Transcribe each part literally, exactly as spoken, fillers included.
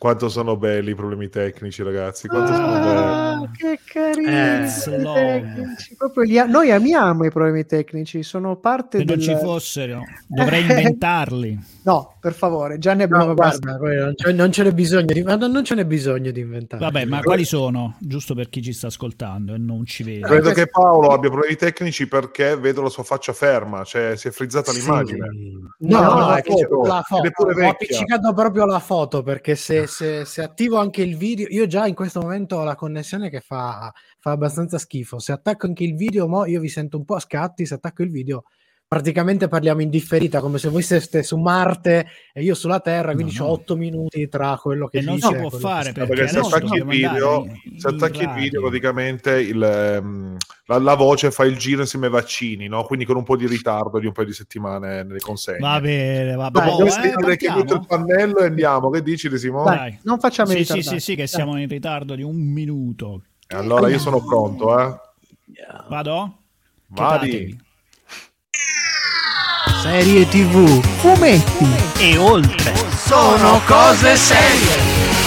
Quanto sono belli i problemi tecnici, ragazzi. Quanto ah, sono belli. Che carini Eh, tecnici. Proprio li, noi amiamo i problemi tecnici, sono parte se del... non ci fossero, dovrei inventarli. No, per favore, già ne abbiamo no, guarda, non, c'è, non ce n'è bisogno di, non ce n'è bisogno di inventare. Vabbè, ma quali sono? Giusto per chi ci sta ascoltando e non ci vede. Credo che Paolo abbia problemi tecnici perché vedo la sua faccia ferma, cioè si è frizzata l'immagine. No, no, no, no, è che c'è la foto. È pure Ho vecchia. appiccicato proprio la foto perché se, se, se attivo anche il video, io già in questo momento ho la connessione che fa, fa abbastanza schifo. Se attacco anche il video, mo io vi sento un po' a scatti. Se attacco il video, praticamente parliamo in differita, come se voi siete su Marte e io sulla Terra, quindi no, ho no. otto minuti tra quello che e non dice si può fare che... perché, perché se attacchi il video, in, se attacchi in il video praticamente il, um, la, la voce fa il giro insieme ai vaccini, no? Quindi con un po' di ritardo di un paio di settimane nelle consegne. Va bene, va Dopo bene. questo eh, che butto il pannello e andiamo. Che dici, De Simone? Dai, non facciamo sì, sì, sì, sì, che siamo in ritardo di un minuto. Allora io sono pronto, eh. Vado? Vadi. Serie tivù, fumetti E oltre. sono cose serie.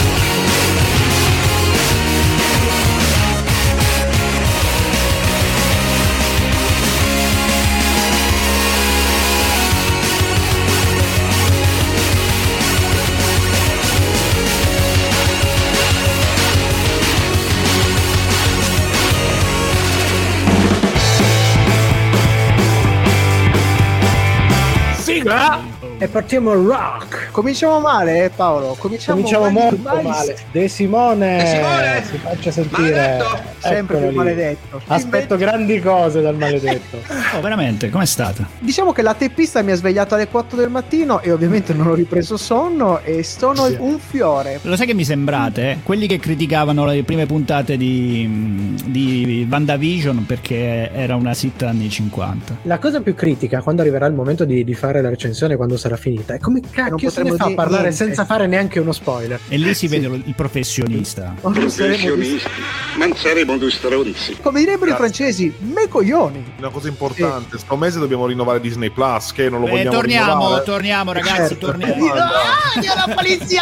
E partiamo al rock. Cominciamo male, Paolo. Cominciamo, Cominciamo molto male. male. De Simone, De Simone, si faccia sentire. maledetto. Sempre Eccolo più lì. maledetto. Aspetto grandi cose dal maledetto. Oh, veramente, com'è stata? Diciamo che la teppista mi ha svegliato alle quattro del mattino e ovviamente non ho ripreso sonno e sono Sì. un fiore. Lo sai che mi sembrate? Eh? Quelli che criticavano le prime puntate di, di WandaVision perché era una sitcom anni cinquanta. La cosa più critica quando arriverà il momento di, di fare la recensione, quando sarà finita, è come cacchio se ne potremo fa a dire parlare niente. senza fare neanche uno spoiler. E lì si Sì. vede lo- il professionista. Ma non saremo dei- Professionisti, ma non saremo due stronzi. Come direbbero i Grazie. francesi, me coglioni. Una cosa importante, sto mese dobbiamo rinnovare Disney Plus, che non lo Eh, vogliamo torniamo, rinnovare. torniamo ragazzi, Certo. torniamo. la polizia!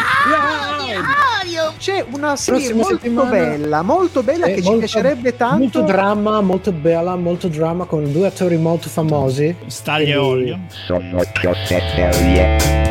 C'è una serie Prossima molto settimana- bella, molto bella Eh, che molto- ci piacerebbe tanto. Molto dramma, molto bella, molto dramma con due attori molto famosi. Staglio e Quindi- olio. Sono cose serie.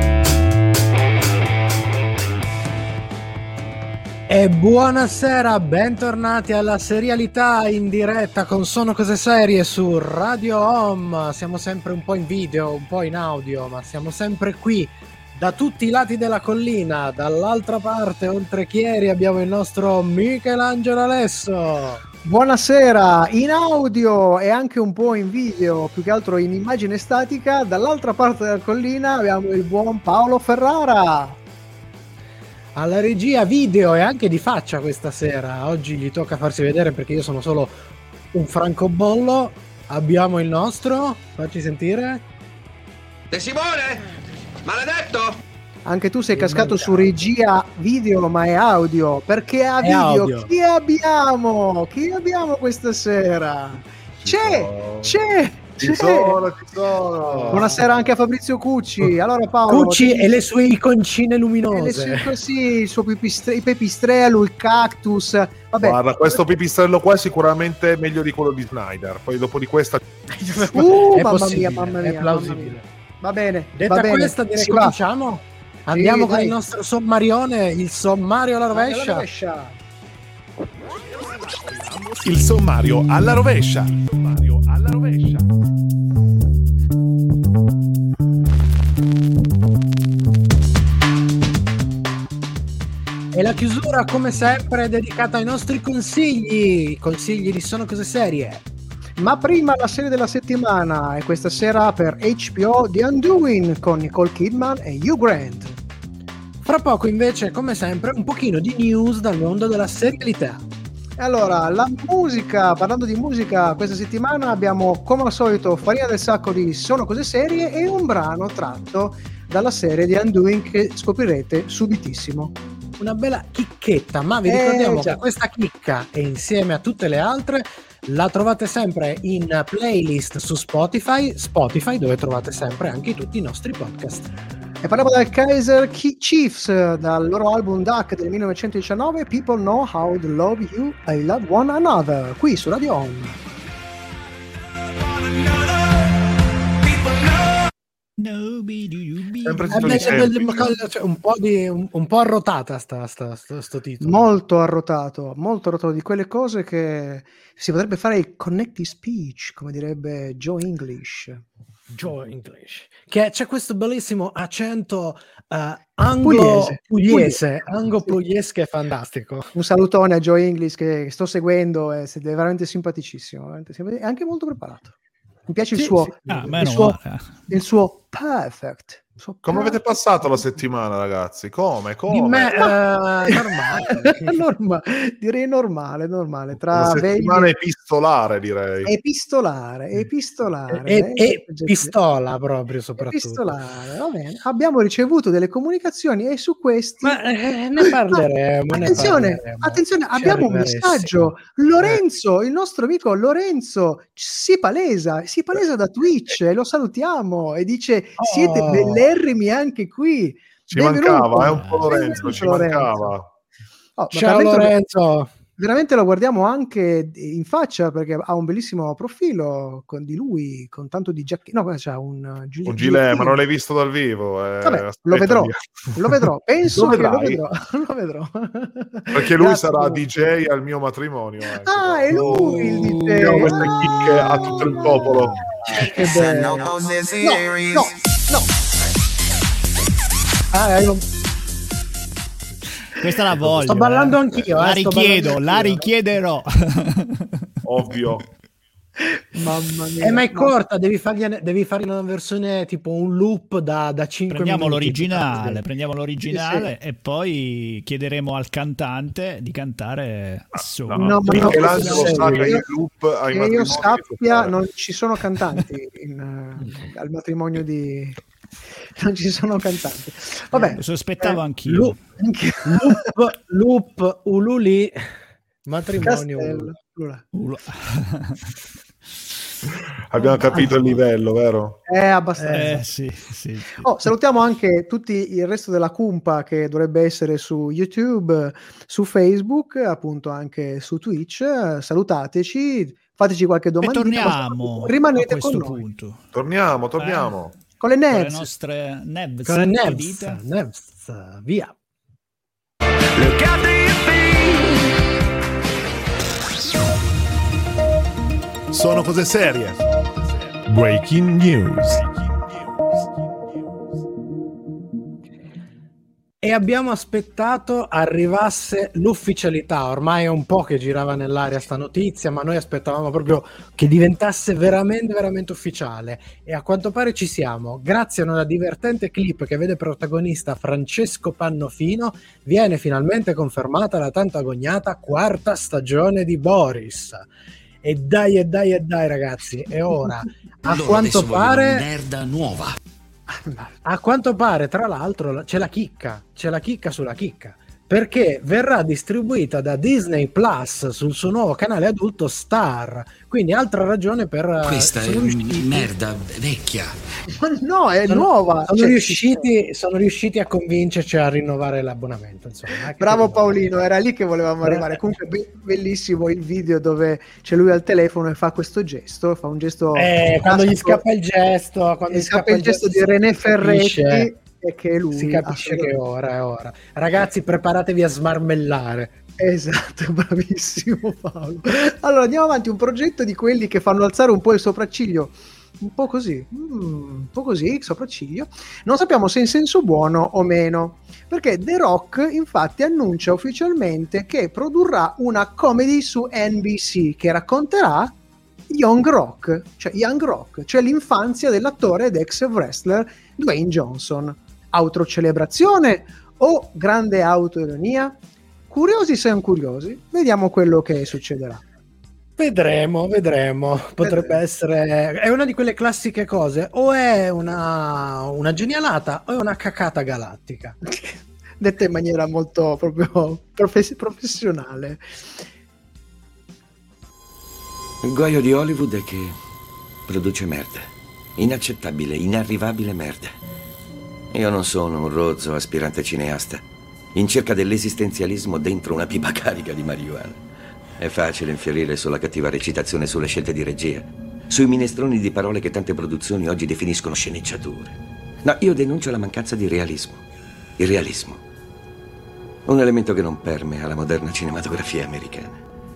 E buonasera, bentornati alla serialità in diretta con Sono Cose Serie su Radio Home. Siamo sempre un po' in video, un po' in audio, ma siamo sempre qui da tutti i lati della collina. Dall'altra parte, oltre Chieri, abbiamo il nostro Michelangelo Alesso. Buonasera, in audio e anche un po' in video, più che altro in immagine statica. Dall'altra parte della collina abbiamo il buon Paolo Ferrara. Alla regia video e anche di faccia questa sera. Oggi gli tocca farsi vedere perché io sono solo un francobollo. Abbiamo il nostro, facci sentire. De Simone, maledetto. Anche tu sei Sì, cascato manca. su regia video, ma è audio. Perché a È video audio. chi abbiamo? Chi abbiamo questa sera? C'è, c'è, Ci c'è. sono, ci sono. Buonasera anche a Fabrizio Cucci. Allora Paolo, Cucci ti- e le sue iconcine e le luminose. sue- sì, il suo pipistre- il pipistrello, il cactus. Vabbè, Guarda, questo pipistrello qua è sicuramente meglio di quello di Snyder. Poi dopo di questa uh, È mamma possibile, mia, mamma è mia, mamma plausibile. mia. Va bene, Detta va bene. questa, direi Si che va. cominciamo. Andiamo con dai. il nostro sommarione, il sommario alla Alla rovescia. rovescia. il sommario alla rovescia. Il sommario alla rovescia. E la chiusura, come sempre, è dedicata ai nostri consigli. Consigli di Sono Cose Serie. Ma prima la serie della settimana e questa sera per H B O The Undoing con Nicole Kidman e Hugh Grant. Fra poco, invece, come sempre, un pochino di news dal mondo della serialità. Allora, la musica, parlando di musica, questa settimana abbiamo come al solito farina del sacco di Sono Cose Serie e un brano tratto dalla serie The Undoing che scoprirete subitissimo. Una bella chicchetta, ma vi Eh, ricordiamo già. che questa chicca e insieme a tutte le altre la trovate sempre in playlist su Spotify, Spotify dove trovate sempre anche tutti i nostri podcast. E parliamo dal Kaiser Chiefs, dal loro album Duck del millenovecentodiciannove, People Know How to Love You, I Love One Another, qui su Radio Home. Sempre Eh, titoli beh, semplici. Cioè, un po' di un, un po' arrotata sta, sta, sto, sto titolo. Molto arrotato, molto arrotato, di quelle cose che si potrebbe fare il connective speech, come direbbe Joe English. Joe English, che c'è questo bellissimo accento uh, anglo Pugliese. pugliese, anglo Sì. pugliese che è fantastico. Un salutone a Joe English che sto seguendo, è veramente simpaticissimo, veramente simpatico, è anche molto preparato. Mi piace il Sì, suo, sì. Ah, il, meno suo male. il suo perfect. il suo Come avete perfect. passato la settimana, ragazzi? Come? Come? Di me, eh, normale. Norma- direi normale, normale. Una Tra settimana veglie epistolare, direi. epistolare, epistolare, e, eh, e pistola proprio soprattutto. epistolare, va bene. Abbiamo ricevuto delle comunicazioni e su questi Ma eh, ne parleremo. Ah, ne attenzione, parleremo. attenzione, Ci abbiamo un arriveremo. messaggio. Lorenzo, il nostro amico Lorenzo si palesa, si palesa da Twitch e lo salutiamo e dice siete Oh. bellerrimi anche qui. Ci Benvenuto. mancava, è un po' Lorenzo, Benvenuto, ci Lorenzo. mancava. Oh, ma Ciao veramente lo- Lorenzo. Veramente lo guardiamo anche in faccia perché ha un bellissimo profilo con di lui, con tanto di giacchino. No, c'ha un, uh, gi- Un gilet, gilettino. ma non l'hai visto dal vivo. eh, Vabbè, aspetta lo vedrò, di- lo vedrò, penso Lo che lo vedrai. vedrò, lo vedrò. Perché lui Grazie, sarà comunque. D J al mio matrimonio. Anche, Ah, è lui il D J. Diamo queste Ah, chicche a tutto il popolo. che bello. No, no, no. Ah, hai un- Questa la voglio. Sto ballando eh. anch'io, La eh, sto richiedo, ballando la anch'io. richiederò. Ovvio. Mamma mia. Eh, ma è No. corta, devi fargli, devi fargli una versione tipo un loop da, da cinque Prendiamo minuti. l'originale, prendiamo l'originale Sì, e poi chiederemo al cantante di cantare su. No, No, ma Michelangelo no, sa che io- il loop ai Che matrimoni io si può sappia, fare. non ci sono cantanti in, eh, al matrimonio di. Non ci sono cantanti. Vabbè, Lo sospettavo eh, anch'io. Loop, anche- loop, loop, ululi, matrimonio. Castello. Allora, Ulo. Abbiamo capito il livello, vero? È abbastanza. Eh sì, sì, sì. Oh, salutiamo anche tutti il resto della cumpa che dovrebbe essere su YouTube, su Facebook, appunto anche su Twitch. Salutateci, fateci qualche E domanda. torniamo Rimanete a questo con noi. punto. Torniamo, torniamo. Con le Con le Nevs. nostre Nevs. Con le che Nevs, dite? Nevs, via. Sono cose serie. Breaking news. E abbiamo aspettato arrivasse l'ufficialità. Ormai è un po' che girava nell'aria sta notizia, ma noi aspettavamo proprio che diventasse veramente, veramente ufficiale. E a quanto pare ci siamo. Grazie a una divertente clip che vede protagonista Francesco Pannofino, viene finalmente confermata la tanto agognata quarta stagione di Boris. E dai, e dai, e dai, ragazzi, è ora. A quanto pare. merda nuova. A quanto pare, tra l'altro, c'è la chicca, c'è la chicca sulla chicca, perché verrà distribuita da Disney Plus sul suo nuovo canale adulto Star, quindi altra ragione per... Questa è sono riusciti- merda vecchia. Ma no, è sono- nuova. Sono, Cioè, riusciti, sono riusciti a convincerci a rinnovare l'abbonamento. Insomma. Eh, che Bravo te- Paolino, era lì che volevamo Bra- arrivare. Comunque be- bellissimo il video dove c'è lui al telefono e fa questo gesto, fa un gesto Eh, quando gli classico, scappa il gesto, quando gli gli scappa il gesto di si René capisce- Ferretti e che è lui. Si capisce che è assolutamente. ora, è ora. Ragazzi, preparatevi a smarmellare. Esatto, bravissimo Paolo. Allora andiamo avanti, un progetto di quelli che fanno alzare un po' il sopracciglio, un po' così, mm, un po' così, il sopracciglio. Non sappiamo se in senso buono o meno, perché The Rock infatti annuncia ufficialmente che produrrà una comedy su N B C che racconterà Young Rock, cioè Young Rock, cioè l'infanzia dell'attore ed ex wrestler Dwayne Johnson. Autocelebrazione o grande autoironia? Curiosi siamo curiosi, vediamo quello che succederà. Vedremo, vedremo. Potrebbe Vedremo. essere. È una di quelle classiche cose. O è una, una genialata o è una cacata galattica. Detta in maniera molto proprio profes- professionale. Il guaio di Hollywood è che produce merda. Inaccettabile, inarrivabile merda. Io non sono un rozzo aspirante cineasta in cerca dell'esistenzialismo dentro una pipa carica di marijuana. È facile infierire sulla cattiva recitazione, sulle scelte di regia, sui minestroni di parole che tante produzioni oggi definiscono sceneggiature. No, io denuncio la mancanza di realismo. Il realismo. Un elemento che non permea la moderna cinematografia americana.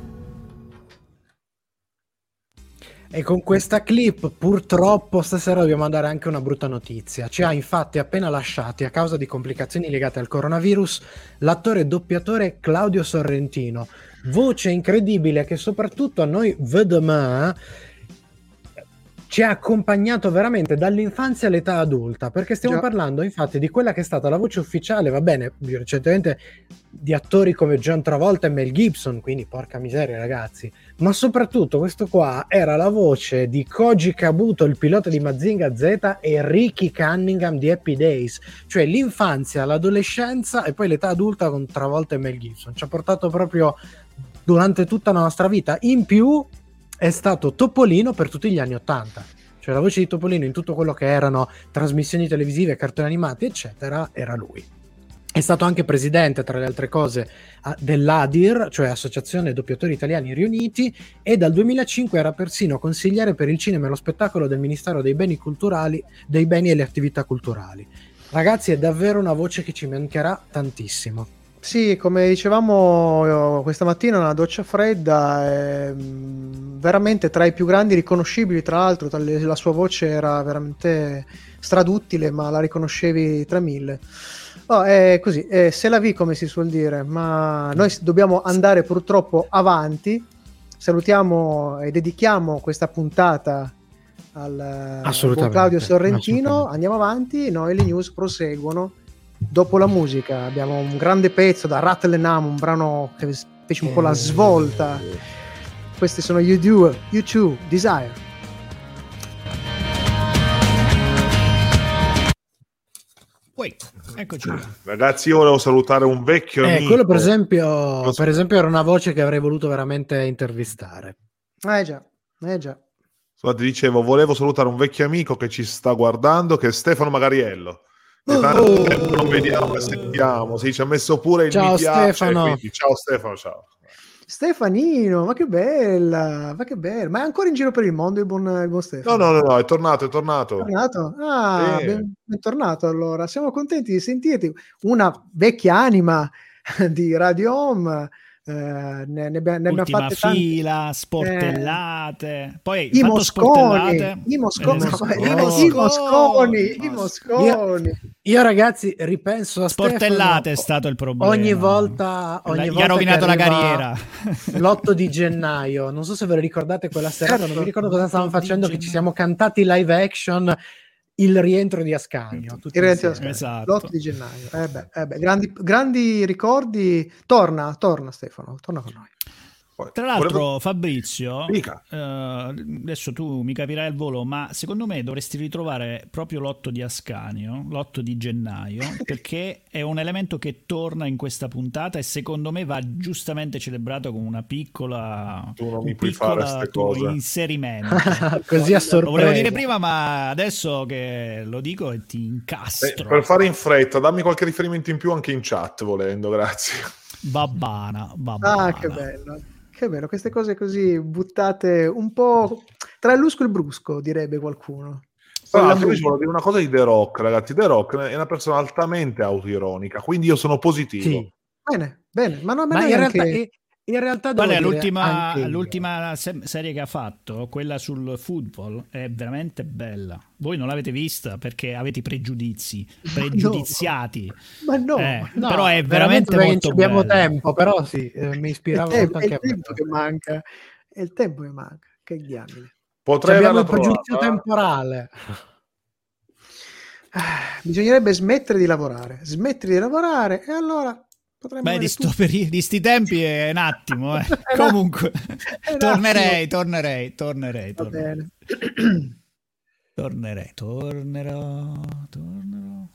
E con questa clip purtroppo stasera dobbiamo dare anche una brutta notizia. Ci ha infatti appena lasciati, a causa di complicazioni legate al coronavirus, l'attore e doppiatore Claudio Sorrentino, voce incredibile che soprattutto a noi vedeme ci ha accompagnato veramente dall'infanzia all'età adulta, perché stiamo Già. parlando infatti di quella che è stata la voce ufficiale, va bene, recentemente di attori come John Travolta e Mel Gibson, quindi porca miseria ragazzi, ma soprattutto questo qua era la voce di Koji Kabuto, il pilota di Mazinga Z, e Ricky Cunningham di Happy Days, cioè l'infanzia, l'adolescenza e poi l'età adulta con Travolta e Mel Gibson. Ci ha portato proprio durante tutta la nostra vita. In più è stato Topolino per tutti gli anni ottanta, cioè la voce di Topolino in tutto quello che erano trasmissioni televisive, cartoni animati eccetera, era lui. È stato anche presidente, tra le altre cose, dell'A D I R, cioè Associazione Doppiatori Italiani Riuniti, e dal duemilacinque era persino consigliere per il cinema e lo spettacolo del Ministero dei Beni Culturali, dei Beni e le Attività Culturali. Ragazzi, è davvero una voce che ci mancherà tantissimo. Sì, come dicevamo questa mattina, una doccia fredda, è veramente tra i più grandi riconoscibili, tra l'altro la sua voce era veramente straduttile, ma la riconoscevi tra mille. Oh, è così, è c'est la vie, come si suol dire, ma noi dobbiamo andare purtroppo avanti. Salutiamo e dedichiamo questa puntata al, al buon Claudio Sorrentino. Andiamo avanti, noi le news proseguono. Dopo la musica abbiamo un grande pezzo da Rattle and Hum, un brano che fece un po' la svolta. Questi sono U due, U due, Desire. Poi, eccoci. Ragazzi, io volevo salutare un vecchio eh, amico. Quello per esempio, per esempio era una voce che avrei voluto veramente intervistare. Eh già, eh già. Ti dicevo, volevo salutare un vecchio amico che ci sta guardando, che è Stefano Magariello. Che tanto oh. tempo non vediamo e sentiamo. Sì, ci ha messo pure il ciao, mi piace. Stefano. Quindi, ciao Stefano, ciao. Stefanino, ma che bella, ma che bella. Ma è ancora in giro per il mondo il buon, il buon Stefano? No, no, no, no, è tornato, è tornato. È tornato? Ah, sì. ben, bentornato allora. Siamo contenti di sentirti. Una vecchia anima di Radio Home. Eh, ne, ne, ne abbiamo fatte fila, tante. sportellate, eh, poi i mosconi, i mosconi, eh, i mosconi, i mosconi. Io, io ragazzi ripenso a sportellate Stefano, è stato il problema. Ogni volta, ogni gli volta ha rovinato la carriera. L'otto di gennaio, non so se ve lo ricordate quella serata, certo. Non mi ricordo cosa stavamo facendo, che ci siamo cantati live action. Il rientro di Ascanio, il rientro di Ascanio. Esatto. l'otto di gennaio. Eh beh, eh beh, grandi, grandi ricordi. Torna, torna Stefano, torna con noi. Tra l'altro, Volevo... Fabrizio, eh, adesso tu mi capirai al volo, ma secondo me dovresti ritrovare proprio l'otto di Ascanio, l'otto di gennaio, perché è un elemento che torna in questa puntata e secondo me va giustamente celebrato con una piccola, tu non mi un puoi fare queste cose. Inserimento. Così a sorpresa. Lo volevo dire prima, ma adesso che lo dico e ti incastro. Eh, per fare in fretta, dammi qualche riferimento in più anche in chat, volendo, grazie. Babbana, babbana. Ah, che bello. Che bello, queste cose così buttate un po' tra il lusco e il brusco, direbbe qualcuno. Però io volevo dire una cosa di The Rock, ragazzi. The Rock è una persona altamente autoironica, quindi io sono positivo. Sì. Bene, bene, ma, non, ma in, anche... realtà, in realtà Qual è l'ultima, l'ultima se- serie che ha fatto? Quella sul football è veramente bella. Voi non l'avete vista perché avete pregiudizi, pregiudiziati. Ma no, eh, no però è veramente, veramente molto abbiamo bella. tempo, però sì, eh, mi ispirava è, molto è anche il a me. tempo che manca, è il tempo che manca, che diamine. Potrei abbiamo il provata. pregiudizio temporale. Ah, bisognerebbe smettere di lavorare, smettere di lavorare e allora beh, di, sto peri- di sti tempi è un attimo, eh. Comunque tornerei, tornerei, tornerei, tornerei. tornerei, tornerò, tornerò.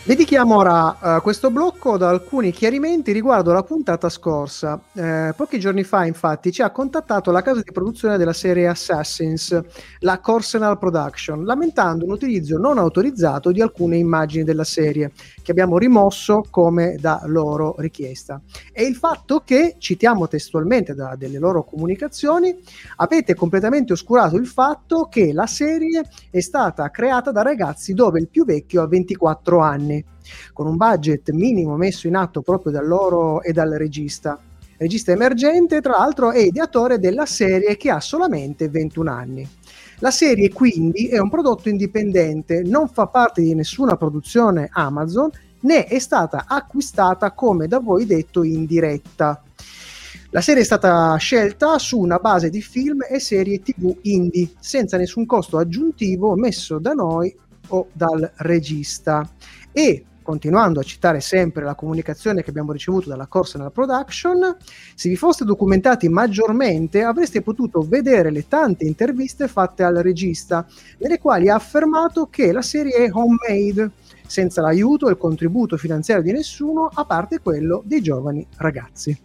Dedichiamo ora uh, questo blocco da alcuni chiarimenti riguardo la puntata scorsa. Eh, pochi giorni fa, infatti, ci ha contattato la casa di produzione della serie Assassins, la Corsenal Production, lamentando un utilizzo non autorizzato di alcune immagini della serie, che abbiamo rimosso come da loro richiesta. E il fatto che, citiamo testualmente da delle loro comunicazioni, avete completamente oscurato il fatto che la serie è stata creata da ragazzi dove il più vecchio ha ventiquattro anni, con un budget minimo messo in atto proprio da loro e dal regista. Regista emergente, tra l'altro, è ideatore della serie che ha solamente ventuno anni. La serie quindi è un prodotto indipendente, non fa parte di nessuna produzione Amazon, né è stata acquistata come da voi detto in diretta. La serie è stata scelta su una base di film e serie tivù indie, senza nessun costo aggiuntivo messo da noi o dal regista. E continuando a citare sempre la comunicazione che abbiamo ricevuto dalla Corsenal Production, se vi foste documentati maggiormente avreste potuto vedere le tante interviste fatte al regista, nelle quali ha affermato che la serie è homemade, senza l'aiuto e il contributo finanziario di nessuno, a parte quello dei giovani ragazzi.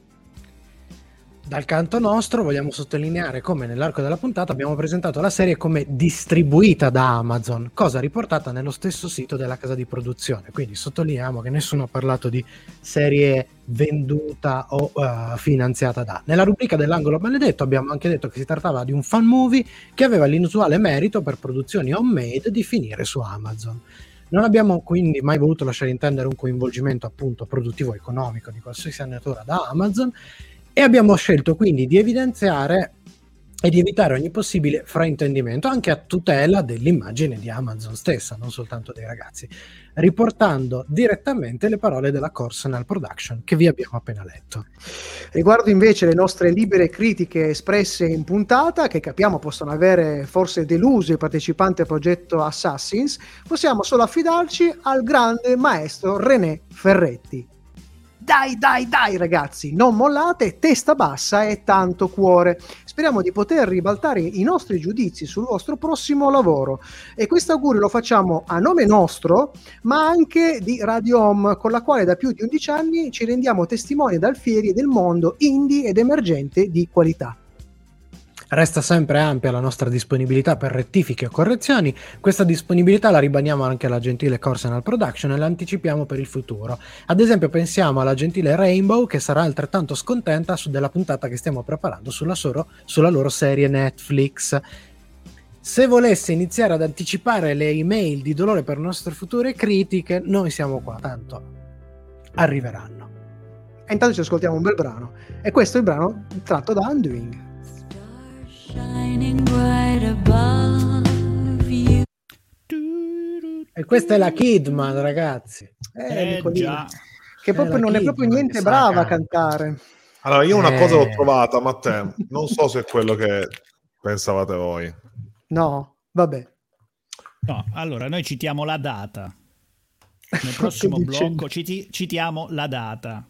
Dal canto nostro vogliamo sottolineare come nell'arco della puntata abbiamo presentato la serie come distribuita da Amazon, cosa riportata nello stesso sito della casa di produzione, quindi sottolineiamo che nessuno ha parlato di serie venduta o uh, finanziata da. Nella rubrica dell'angolo maledetto abbiamo anche detto che si trattava di un fan movie che aveva l'inusuale merito per produzioni homemade di finire su Amazon. Non abbiamo quindi mai voluto lasciare intendere un coinvolgimento appunto produttivo economico di qualsiasi natura da Amazon, e abbiamo scelto quindi di evidenziare e di evitare ogni possibile fraintendimento, anche a tutela dell'immagine di Amazon stessa, non soltanto dei ragazzi, riportando direttamente le parole della Corsenal Production che vi abbiamo appena letto. Riguardo invece le nostre libere critiche espresse in puntata, che capiamo possono avere forse deluso i partecipanti al progetto Assassins, possiamo solo affidarci al grande maestro René Ferretti. Dai, dai, dai ragazzi, non mollate, testa bassa e tanto cuore. Speriamo di poter ribaltare i nostri giudizi sul vostro prossimo lavoro. E questo augurio lo facciamo a nome nostro, ma anche di Radio Home, con la quale da più di undici anni ci rendiamo testimoni ed alfieri del mondo indie ed emergente di qualità. Resta sempre ampia la nostra disponibilità per rettifiche o correzioni. Questa disponibilità la ribadiamo anche alla gentile Corsenal Production e la anticipiamo per il futuro. Ad esempio pensiamo alla gentile Rainbow, che sarà altrettanto scontenta su della puntata che stiamo preparando sulla, soro, sulla loro serie Netflix. Se volesse iniziare ad anticipare le email di dolore per nostre future critiche, noi siamo qua, tanto arriveranno. E intanto ci ascoltiamo un bel brano, e questo è il brano tratto da Undoing. Shining right above you. E questa è la Kidman, ragazzi. Eh, Eh, già. Che proprio Eh, non è proprio Kidman, niente che brava sa a cantare. Allora, io una Eh. cosa l'ho trovata, Matteo. Non so se è quello che pensavate voi. No, vabbè. No, allora noi citiamo la data. Nel prossimo Sto blocco dicendo. citi- citiamo la data.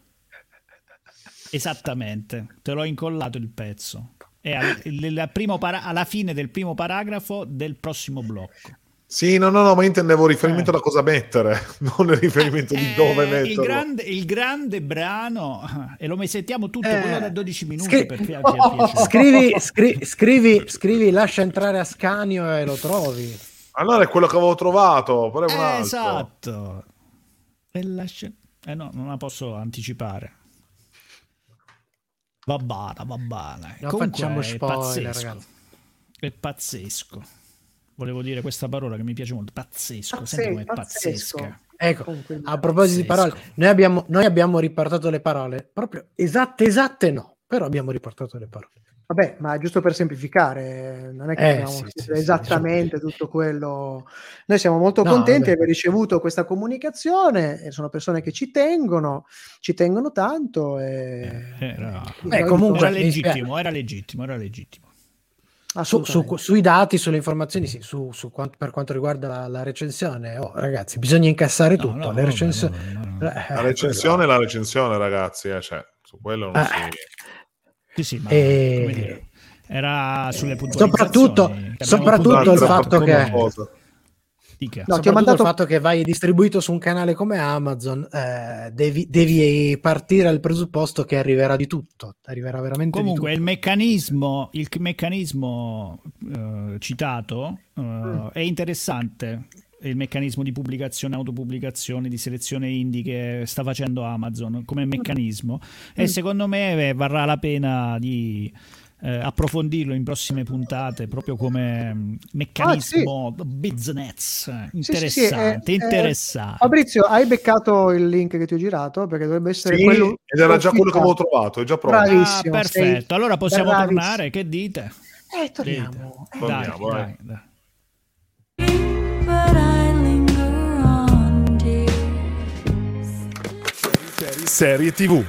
Esattamente. Te l'ho incollato il pezzo. È al, il, il primo para- alla fine del primo paragrafo del prossimo blocco. Sì, no, no, no, ma intendevo riferimento a cosa mettere, non il riferimento di dove Eh, metterlo. il, grande, il grande brano, e lo sentiamo tutto, Eh, quello da dodici minuti scri- per fia- per piacere. Scrivi, scri- scrivi, scrivi, lascia entrare Ascanio e lo trovi. Allora è quello che avevo trovato, però è un Eh, altro. esatto. E lascia... Eh no, non la posso anticipare. Va bene, va bene. Non Comunque facciamo è spoiler, pazzesco. ragazzi. È pazzesco. Volevo dire questa parola che mi piace molto. Pazzesco. Pazze- Senti com'è pazzesco. pazzesca. Ecco, Comunque, a proposito di pazzesco. parole, noi abbiamo, noi abbiamo riportato le parole, proprio esatte, esatte no, però abbiamo riportato le parole. Vabbè, ma giusto per semplificare, non è che Eh, dobbiamo sì, scrivere sì, esattamente tutto quello. Noi siamo molto No, contenti vabbè. di aver ricevuto questa comunicazione, e sono persone che ci tengono, ci tengono tanto. E... Era, Beh, comunque- era legittimo, era legittimo, era legittimo. Su, su- Assolutamente. sui dati, sulle informazioni, sì, su, su quanto, per quanto riguarda la, la recensione, oh, ragazzi, bisogna incassare No, tutto. no, le vabbè, recensioni. no, no, no. Eh, La recensione è la recensione, ragazzi, eh, cioè, su quello non Eh. si... Sì, sì, ma E- come dire, era sulle puntualizzazioni. Soprattutto- che abbiamo soprattutto puntualizzato il fatto come- che- cosa. No, ti ho mandato il fatto che vai distribuito su un canale come Amazon, eh, devi, devi partire dal presupposto che arriverà di tutto, arriverà veramente comunque di tutto. il meccanismo il meccanismo uh, citato uh, mm. è interessante, il meccanismo di pubblicazione, autopubblicazione, di selezione indie che sta facendo Amazon come meccanismo mm. e secondo me varrà la pena di Eh, approfondirlo in prossime puntate proprio come meccanismo ah, sì. business interessante, sì, sì, sì, eh, interessante. Eh, Fabrizio, hai beccato il link che ti ho girato? Perché dovrebbe essere sì, quello ed era già quello che avevo trovato, è già pronto. Bravissimo, ah, perfetto, sei... allora possiamo bravissimo. tornare, che dite? Eh, torniamo. Eh, torniamo dai, dai, dai. Serie tivù.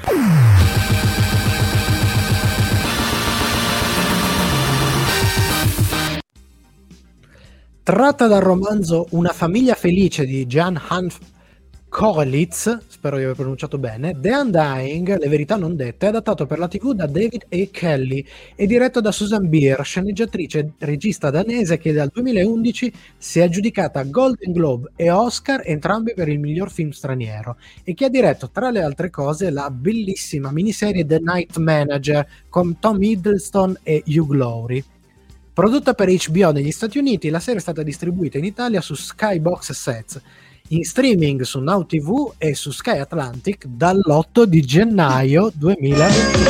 Tratta dal romanzo Una famiglia felice di Jan Hanf Kollitz, spero di aver pronunciato bene, The Undying, Le verità non dette, è adattato per la tivù da David A. Kelly e diretto da Susan Beer, sceneggiatrice e regista danese che dal duemilaundici si è aggiudicata Golden Globe e Oscar, entrambi per il miglior film straniero, e che ha diretto, tra le altre cose, la bellissima miniserie The Night Manager con Tom Hiddleston e Hugh Laurie. Prodotta per H B O negli Stati Uniti, la serie è stata distribuita in Italia su Skybox Sets, in streaming su Now T V e su Sky Atlantic dall'otto di gennaio duemilaventi.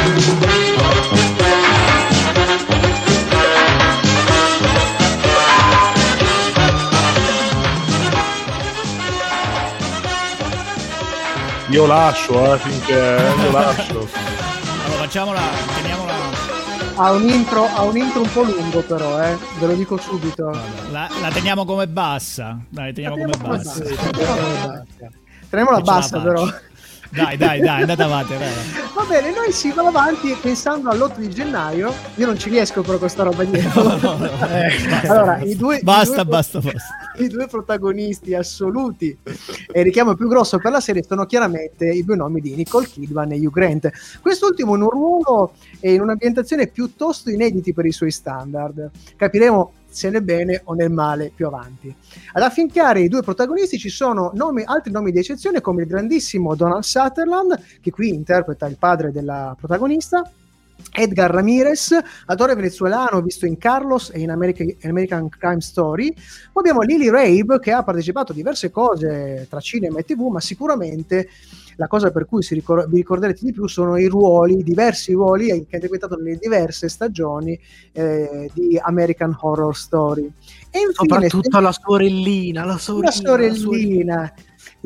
Io lascio, eh, finché io lascio. Allora facciamola, teniamola. Ha un intro, ha un intro un po' lungo però, eh, ve lo dico subito. La, la teniamo come bassa. Dai, teniamo, la teniamo come bassa. bassa. Teniamola bassa però. Dai, dai, dai, andate avanti. Dai. Va bene, noi si va avanti pensando all'otto di gennaio. Io non ci riesco però con sta roba dietro. No, no, no. Eh, allora, i due, basta, i due, basta, basta. I due protagonisti assoluti e il richiamo più grosso per la serie sono chiaramente i due nomi di Nicole Kidman e Hugh Grant. Quest'ultimo in un ruolo e in un'ambientazione piuttosto inediti per i suoi standard. Capiremo se nel bene o nel male più avanti. Ad affiancare i due protagonisti ci sono nomi, altri nomi di eccezione come il grandissimo Donald Sutherland, che qui interpreta il padre della protagonista, Edgar Ramirez, attore venezuelano visto in Carlos e in American, American Crime Story. Poi abbiamo Lily Rabe, che ha partecipato a diverse cose tra cinema e tivù, ma sicuramente la cosa per cui si ricor- vi ricorderete di più sono i ruoli, diversi ruoli che ha interpretato nelle diverse stagioni eh, di American Horror Story. E infine, soprattutto la sorellina, la sorellina. La sorellina.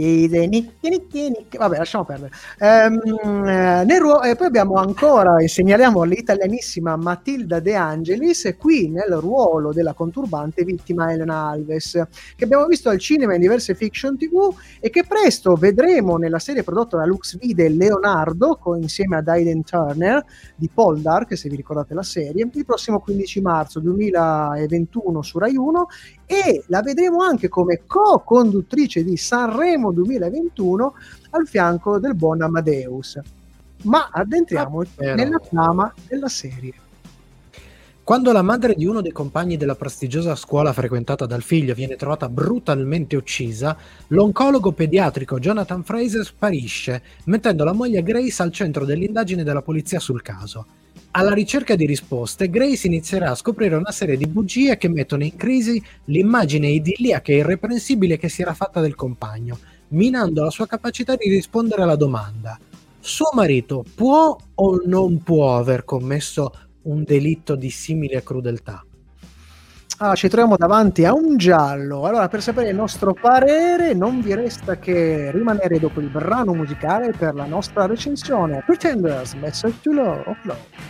Vabbè, lasciamo perdere. Um, nel ruolo, e poi abbiamo ancora, e segnaliamo l'italianissima Matilda De Angelis, e qui nel ruolo della conturbante vittima Elena Alves, che abbiamo visto al cinema in diverse fiction tivù e che presto vedremo nella serie prodotta da Lux Vide Leonardo con, insieme ad Aiden Turner di Poldark, se vi ricordate la serie, il prossimo quindici marzo duemilaventuno su Rai uno, e la vedremo anche come co-conduttrice di Sanremo duemilaventuno al fianco del buon Amadeus. Ma addentriamoci ah, nella trama della serie. Quando la madre di uno dei compagni della prestigiosa scuola frequentata dal figlio viene trovata brutalmente uccisa, l'oncologo pediatrico Jonathan Fraser sparisce, mettendo la moglie Grace al centro dell'indagine della polizia sul caso. Alla ricerca di risposte, Grace inizierà a scoprire una serie di bugie che mettono in crisi l'immagine idilliaca e irreprensibile che si era fatta del compagno, minando la sua capacità di rispondere alla domanda: suo marito può o non può aver commesso un delitto di simile crudeltà? Ah, ci troviamo davanti a un giallo. Allora, per sapere il nostro parere non vi resta che rimanere dopo il brano musicale per la nostra recensione. Pretenders, Message to Love of Love.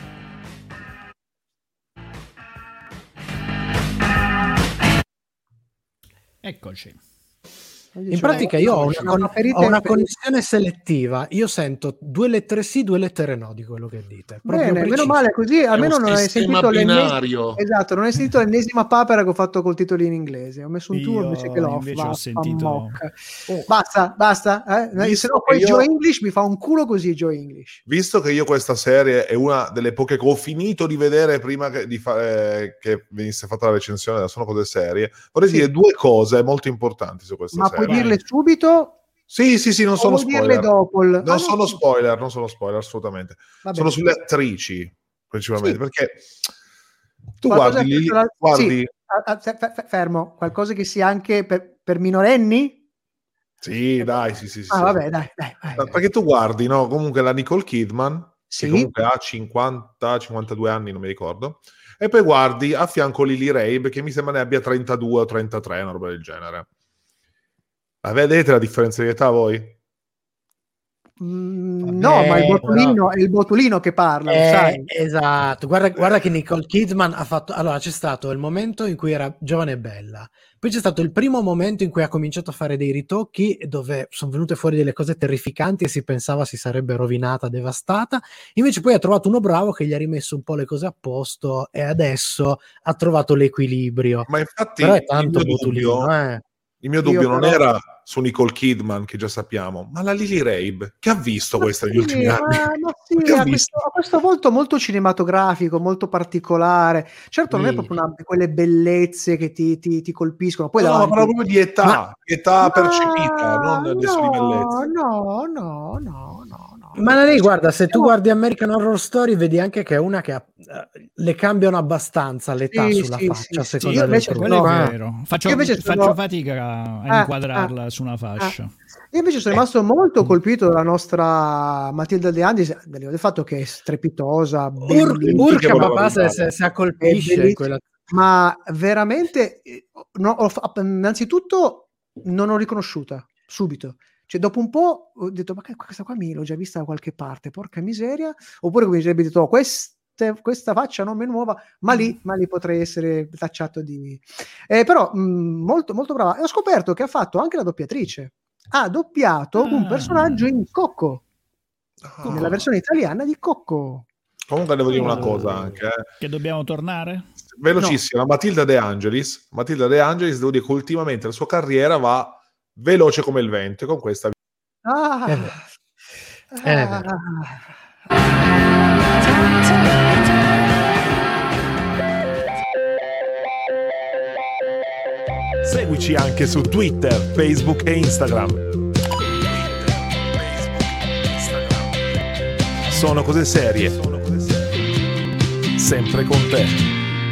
Eccoci. In pratica io ho una, con- ho una connessione selettiva, io sento due lettere sì, due lettere no di quello che dite. Proprio Bene, preciso. meno male, così almeno un non hai sistema sentito l'ennesima, binario. esatto, non hai sentito l'ennesima papera che ho fatto col titolo in inglese. Ho messo un tuo Io invece che l'off. invece ho va, sentito- mocca. Basta, basta. Eh? Se Visto no poi che io- Joe English mi fa un culo così. Joe English. Visto che io questa serie è una delle poche che ho finito di vedere prima che, di fare, che venisse fatta la recensione da Sono Cose Serie, vorrei Sì. dire due cose molto importanti su questa Ma serie. puoi dirle subito? Sì, sì, sì, non O sono vuoi dirle spoiler. dopo il- Non Ah, no. sono spoiler, non sono spoiler, assolutamente. Va bene. Sono sulle attrici, principalmente, Sì. perché tu Qualcosa guardi che- lì, la- guardi... sì, a- a- fe- fe- fermo, qualcosa che sia anche per, per minorenni? Sì, dai, sì, sì, sì. Ah, sì. vabbè, dai, dai, vai. Ma perché tu guardi, no? Comunque la Nicole Kidman, Sì. che comunque ha cinquanta cinquantadue anni, non mi ricordo, e poi guardi a fianco Lily Rabe, che mi sembra ne abbia trentadue o trentatré, una roba del genere. La vedete la differenza di età voi? Mm, Vabbè, no, ma il botulino però- è il botulino che parla, lo Eh, sai. esatto, guarda, guarda che Nicole Kidman ha fatto. Allora, c'è stato il momento in cui era giovane e bella, poi c'è stato il primo momento in cui ha cominciato a fare dei ritocchi dove sono venute fuori delle cose terrificanti e si pensava si sarebbe rovinata, devastata. Invece poi ha trovato uno bravo che gli ha rimesso un po' le cose a posto e adesso ha trovato l'equilibrio. Ma infatti Però è il tanto mio botulino, dubbio, eh. il mio Io dubbio non però- era su Nicole Kidman, che già sappiamo, ma la Lily Rabe, che ha visto questa negli Sì, ultimi anni? ma, ma sì, Che ha ha visto? questo, ha questo volto molto cinematografico, molto particolare. Certo, non è Sì. proprio una di quelle bellezze che ti, ti- ti colpiscono. Poi No, davanti- parlo proprio di età, Ma- età Ma percepita, non adesso di no, bellezza. no, no, no, no, no. Ma lei, guarda, se tu No. guardi American Horror Story vedi anche che è una che ha- eh, le cambiano abbastanza l'età Sì, sulla sì, faccia, sì, a sì. seconda Io del invece trucco. Quello no. è vero. Faccio, Io invece faccio sono- fatica a Ah, inquadrarla ah, su una fascia. Io invece sono rimasto molto colpito dalla nostra Matilda De Andis, del fatto che è strepitosa, Ur- bellissima, urca voleva papà se, guardare. se, se è accolpisce bellissima, quella. ma veramente eh, no, ho fa- innanzitutto non ho riconosciuta subito. Cioè, dopo un po' ho detto, ma che- questa qua mi l'ho già vista da qualche parte, porca miseria. Oppure come dicevi, detto, oh, queste- questa faccia non mi è nuova, ma lì, ma lì potrei essere tacciato di... Eh, però, mh, molto, molto brava. E ho scoperto che ha fatto anche la doppiatrice. Ha doppiato un Ah. personaggio in Cocco, Ah. nella versione italiana di Cocco. Comunque devo dire una Oh. cosa anche, eh. Che dobbiamo tornare? velocissima, Matilda De Angelis, Matilda De Angelis, devo dire che ultimamente la sua carriera va veloce come il vento, e con questa Ah, È vero. È ah. vero. Seguici anche su Twitter, Facebook e Instagram. Sono cose serie. Sempre con te.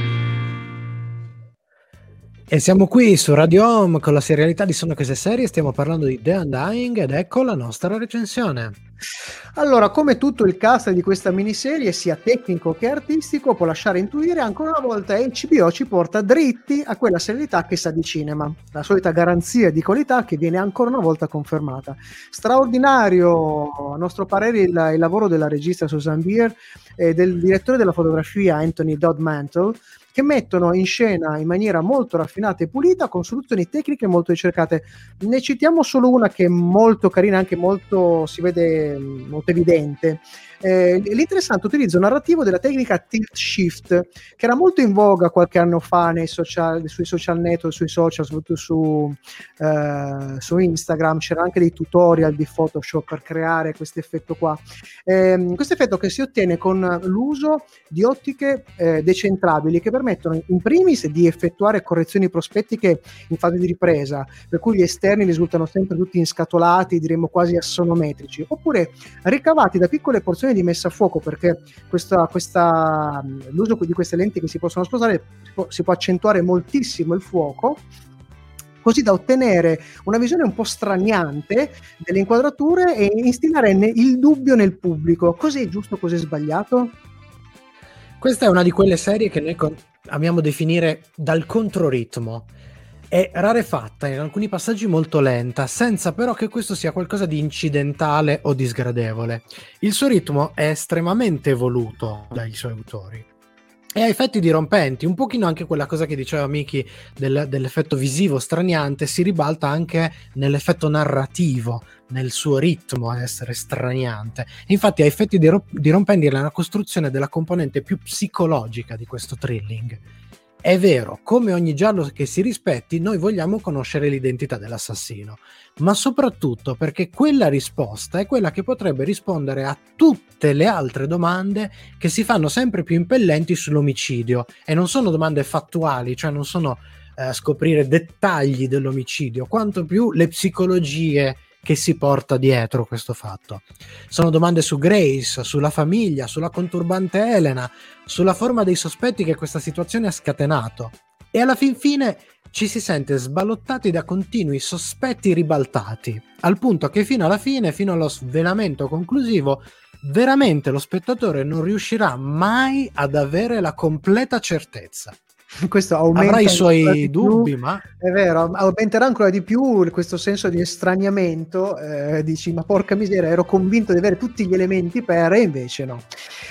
E siamo qui su Radio Home con la serialità di Sono Cose Serie, stiamo parlando di The Undying ed ecco la nostra recensione. Allora, come tutto il cast di questa miniserie, sia tecnico che artistico, può lasciare intuire ancora una volta H B O ci porta dritti a quella serialità che sa di cinema, la solita garanzia di qualità che viene ancora una volta confermata. Straordinario, a nostro parere, il, il lavoro della regista Susan Bier e del direttore della fotografia Anthony Dodd Mantle, che mettono in scena in maniera molto raffinata e pulita con soluzioni tecniche molto ricercate. Ne citiamo solo una che è molto carina, anche molto si vede molto evidente. Eh, l'interessante utilizzo narrativo della tecnica tilt shift, che era molto in voga qualche anno fa nei social, sui social network, sui social, soprattutto su, eh, su Instagram. C'era anche dei tutorial di Photoshop per creare questo effetto qua. Eh, questo effetto che si ottiene con l'uso di ottiche eh, decentrabili che permettono in primis di effettuare correzioni prospettiche in fase di ripresa, per cui gli esterni risultano sempre tutti inscatolati, diremmo quasi assonometrici, oppure ricavati da piccole porzioni di messa a fuoco, perché questa, questa, l'uso di queste lenti che si possono spostare si può, si può accentuare moltissimo il fuoco, così da ottenere una visione un po' straniante delle inquadrature e instillare il dubbio nel pubblico. Cos'è giusto, cos'è sbagliato? Questa è una di quelle serie che noi con- amiamo definire dal controritmo. È rarefatta, in alcuni passaggi molto lenta, senza però che questo sia qualcosa di incidentale o disgradevole. Il suo ritmo è estremamente voluto dai suoi autori. e ha effetti dirompenti, un pochino anche quella cosa che diceva Miki del, dell'effetto visivo straniante si ribalta anche nell'effetto narrativo, nel suo ritmo a essere straniante. Infatti ha effetti diro- dirompenti nella costruzione della componente più psicologica di questo thrilling. È vero, come ogni giallo che si rispetti, noi vogliamo conoscere l'identità dell'assassino, ma soprattutto perché quella risposta è quella che potrebbe rispondere a tutte le altre domande che si fanno sempre più impellenti sull'omicidio, e non sono domande fattuali, cioè non sono eh, scoprire dettagli dell'omicidio, quanto più le psicologie che si porta dietro questo fatto. Sono domande su Grace, sulla famiglia, sulla conturbante Elena, sulla forma dei sospetti che questa situazione ha scatenato, e alla fin fine ci si sente sballottati da continui sospetti ribaltati, al punto che fino alla fine, fino allo svelamento conclusivo, veramente lo spettatore non riuscirà mai ad avere la completa certezza. Questo aumenta avrà i suoi più, dubbi, ma è vero, aumenterà ancora di più questo senso di estraniamento, eh, dici ma porca miseria, ero convinto di avere tutti gli elementi per, e invece no.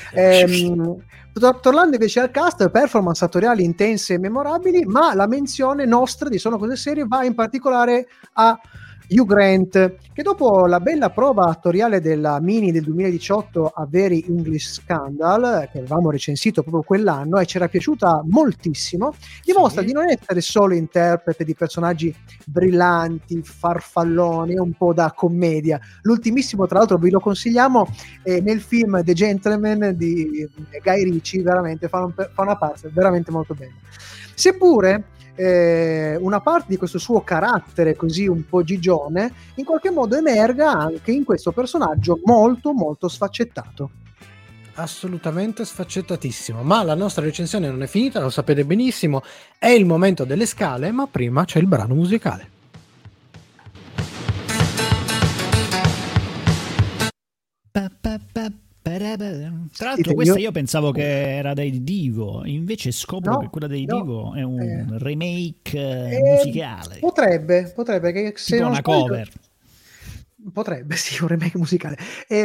ehm, tornando invece al cast, performance attoriali intense e memorabili, ma la menzione nostra di Sono Cose Serie va in particolare a Hugh Grant, che dopo la bella prova attoriale della Mini del duemiladiciotto a Very English Scandal, che avevamo recensito proprio quell'anno e ci era piaciuta moltissimo, dimostra sì. di non essere solo interprete di personaggi brillanti, farfalloni, un po' da commedia. L'ultimissimo, tra l'altro, vi lo consigliamo, eh, nel film The Gentleman di Guy Ritchie, veramente fa, un, fa una parte veramente molto bella. Seppure Eh, una parte di questo suo carattere così un po' gigione in qualche modo emerga anche in questo personaggio molto molto sfaccettato. Assolutamente sfaccettatissimo, ma la nostra recensione non è finita, lo sapete benissimo, è il momento delle scale, ma prima c'è il brano musicale. Pa, pa, pa. Tra l'altro questa io pensavo che era dei Divo, invece scopro no, che quella dei no, Divo è un eh, remake eh, musicale. Potrebbe, potrebbe che se tipo non una sbaglio, cover. Potrebbe, sì, un remake musicale.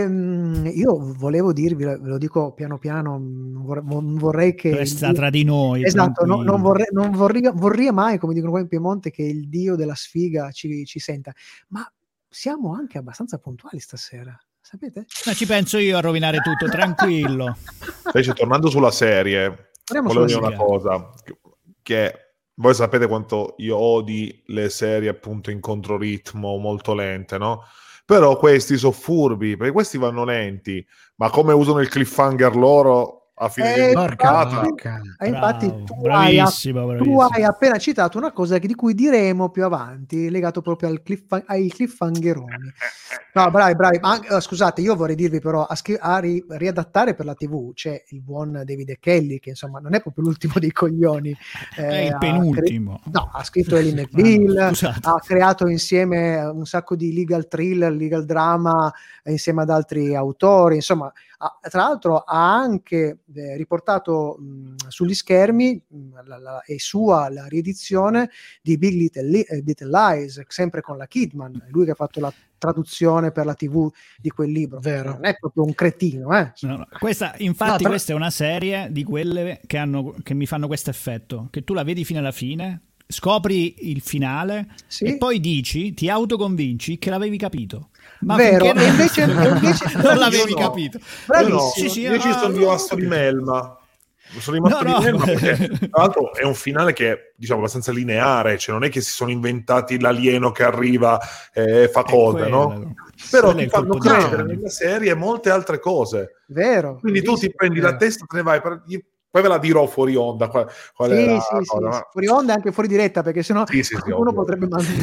Ehm, io volevo dirvi, ve lo dico piano piano, non vorrei, non vorrei che... Resta il... tra di noi. Esatto, no, non vorrei, non vorrei, vorrei mai, come dicono qua in Piemonte, che il dio della sfiga ci, ci senta. Ma siamo anche abbastanza puntuali stasera. Sapete? Ma ci penso io a rovinare tutto, tranquillo. Invece, tornando sulla serie, volevo dire una cosa, che voi sapete quanto io odi le serie appunto in controritmo, molto lente, no? Però questi sono furbi, perché questi vanno lenti, ma come usano il cliffhanger loro a fine eh, di porca, eh, infatti Bravo, tu, bravissimo, hai, bravissimo. tu hai appena citato una cosa di cui diremo più avanti, legato proprio al cliff, ai cliffhangeroni. No, bravi, bravi. Ma, uh, scusate, io vorrei dirvi però a, scri- a ri- riadattare per la tivù c'è il buon David Kelly, che insomma non è proprio l'ultimo dei coglioni. Eh, è il penultimo. Ha cre- no, ha scritto Ellie McBeal, no, ha creato insieme un sacco di legal thriller, legal drama, eh, insieme ad altri autori, insomma. Ah, tra l'altro ha anche eh, riportato mh, sugli schermi mh, la, la, è sua la riedizione di Big Little, Li- eh, Little Lies, sempre con la Kidman, lui che ha fatto la traduzione per la tivù di quel libro. Vero. Non è proprio un cretino, eh? No, no. Questa, infatti, no, tra... questa è una serie di quelle che, hanno, che mi fanno questo effetto, che tu la vedi fino alla fine, scopri il finale, sì, e poi dici, ti autoconvinci che l'avevi capito. Ma vero, non... e invece, invece non l'avevi no. capito. Bravissimo. No, sì, sì, io ah, ci sono rimasto di Melma. Sono rimasto no, di no. Melma perché tra l'altro è un finale che è, diciamo, abbastanza lineare, cioè non è che si sono inventati l'alieno che arriva e fa cose, no? Però ti fanno credere nella serie molte altre cose. Vero. Quindi tu ti prendi la testa, te ne vai per... Poi ve la dirò fuori onda. Qual, qual sì, era sì, la sì, cosa, sì. Fuori onda e anche fuori diretta, perché sennò sì, sì, qualcuno sì, potrebbe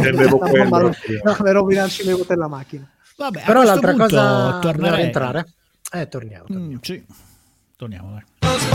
mandare rovinarci le ruote della macchina. Vabbè, però l'altra punto cosa tornerei. entrare. Eh, torniamo. torniamo. Mm, sì. Torniamo, dai.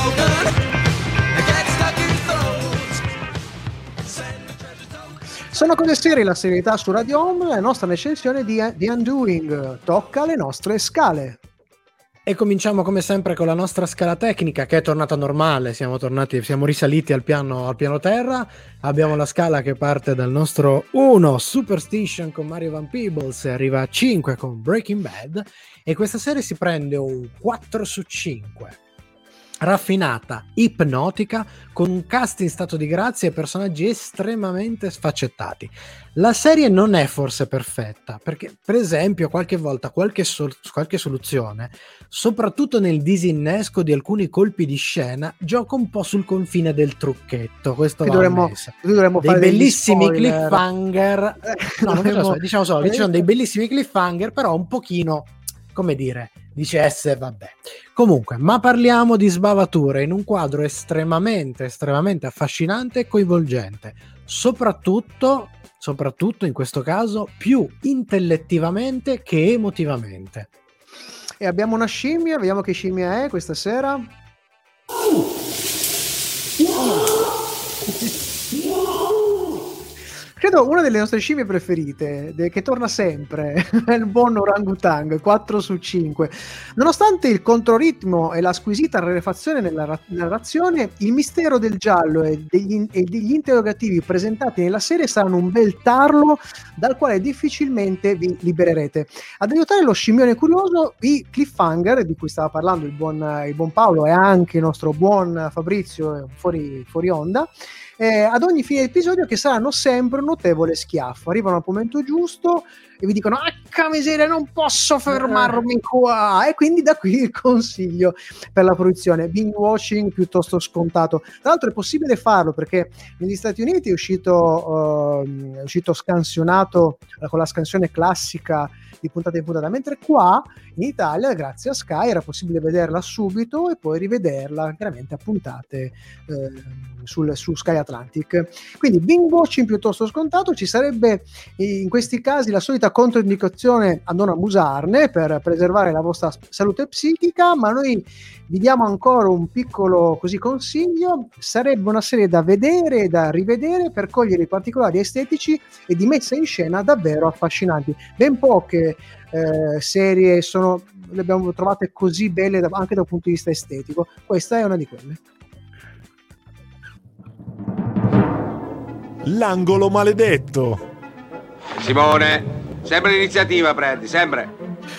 Sono Cose Serie, la serietà su Radio Home, la nostra recensione di The Undoing tocca le nostre scale. E cominciamo come sempre con la nostra scala tecnica, che è tornata normale, siamo tornati, siamo risaliti al piano, al piano terra. Abbiamo la scala che parte dal nostro uno, Superstition con Mario Van Peebles, e arriva a cinque con Breaking Bad, e questa serie si prende un quattro su cinque. raffinata, ipnotica, con un cast in stato di grazia e personaggi estremamente sfaccettati. La serie non è forse perfetta, perché per esempio qualche volta qualche, sol- qualche soluzione, soprattutto nel disinnesco di alcuni colpi di scena, gioca un po' sul confine del trucchetto. Questo va dovremmo, ammesso. dovremmo Dei fare degli bellissimi spoiler. cliffhanger, Eh, no, non dovremmo- so, diciamo solo che ci sono dei bellissimi cliffhanger, però un pochino, come dire, dice S, vabbè. Comunque, ma parliamo di sbavature in un quadro estremamente, estremamente affascinante e coinvolgente, soprattutto, soprattutto in questo caso, più intellettivamente che emotivamente. E abbiamo una scimmia, vediamo che scimmia è questa sera. Credo una delle nostre scimmie preferite, de- che torna sempre, è il buon orangutang, quattro su cinque. Nonostante il controritmo e la squisita rarefazione nella ra- narrazione, il mistero del giallo e degli, e degli interrogativi presentati nella serie saranno un bel tarlo dal quale difficilmente vi libererete. Ad aiutare lo scimmione curioso, i cliffhanger, di cui stava parlando il buon, il buon Paolo e anche il nostro buon Fabrizio fuori, fuori onda, Eh, ad ogni fine episodio, che saranno sempre un notevole schiaffo. Arrivano al momento giusto e vi dicono: "Acca miseria, non posso fermarmi qua", e quindi da qui il consiglio per la produzione: binge watching piuttosto scontato. Tra l'altro è possibile farlo perché negli Stati Uniti è uscito, uh, è uscito scansionato uh, con la scansione classica di puntata in puntata, mentre qua in Italia, grazie a Sky, era possibile vederla subito e poi rivederla chiaramente a puntate eh, sul, su Sky Atlantic. Quindi binge watching piuttosto scontato. Ci sarebbe in questi casi la solita controindicazione a non abusarne per preservare la vostra salute psichica, ma noi vi diamo ancora un piccolo così consiglio: sarebbe una serie da vedere e da rivedere per cogliere i particolari estetici e di messa in scena davvero affascinanti. Ben poche eh, serie sono, le abbiamo trovate così belle da, anche dal punto di vista estetico. Questa è una di quelle. L'angolo maledetto. Simone, sempre l'iniziativa prendi, sempre.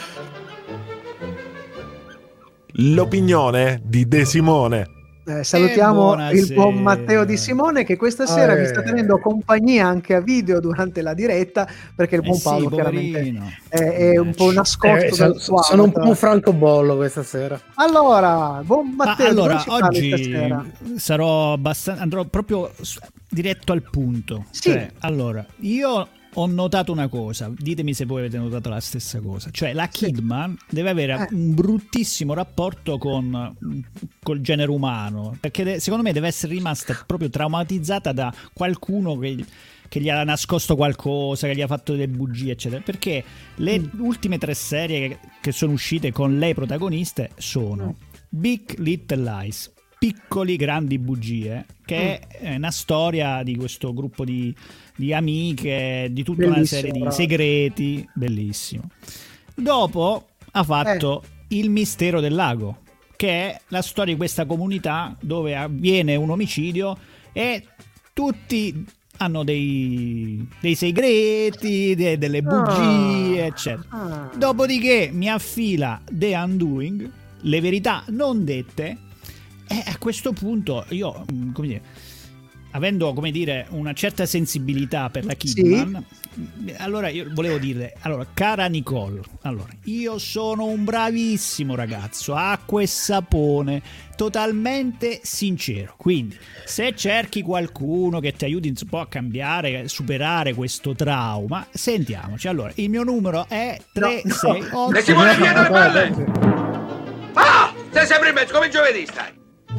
L'opinione di De Simone. Eh, salutiamo Eh, il buon buonasera. Matteo Di Simone, che questa sera Eh. vi sta tenendo compagnia anche a video durante la diretta, perché il Eh buon sì, Paolo chiaramente poverino. è, è un po' nascosto Eh, dal so- sono un po' un quadro. francobollo questa sera. Allora, buon Ma Matteo, allora, di cosa ci parli oggi stasera? sarò abbastanza, andrò proprio s- diretto al punto. Sì. Cioè, allora, io ho notato una cosa, ditemi se voi avete notato la stessa cosa, cioè la Kidman deve avere Eh. un bruttissimo rapporto con col genere umano, perché de- secondo me deve essere rimasta proprio traumatizzata da qualcuno che che gli ha nascosto qualcosa, che gli ha fatto delle bugie, eccetera. Perché le Mm. ultime tre serie che, che sono uscite con lei protagoniste sono Mm. Big Little Lies, piccoli grandi bugie, che Mm. è una storia di questo gruppo di, di amiche, di tutta una Bellissimo, serie di bravo. segreti, bellissimo. Dopo ha fatto Eh. Il mistero del lago, che è la storia di questa comunità dove avviene un omicidio e tutti hanno dei, dei segreti, de- delle bugie, Ah. eccetera. Ah. Dopodiché mi affila The Undoing, le verità non dette, e a questo punto io, mm, come dire, avendo, come dire, una certa sensibilità per la Kidman, allora io volevo dirle, allora, cara Nicole, allora, io sono un bravissimo ragazzo, acqua e sapone, totalmente sincero, quindi se cerchi qualcuno che ti aiuti un po' a cambiare, a superare questo trauma, sentiamoci. Allora, il mio numero è tre sei otto. E Simone, via dalle palle! Ah! Sei sempre in mezzo, come giovedì stai?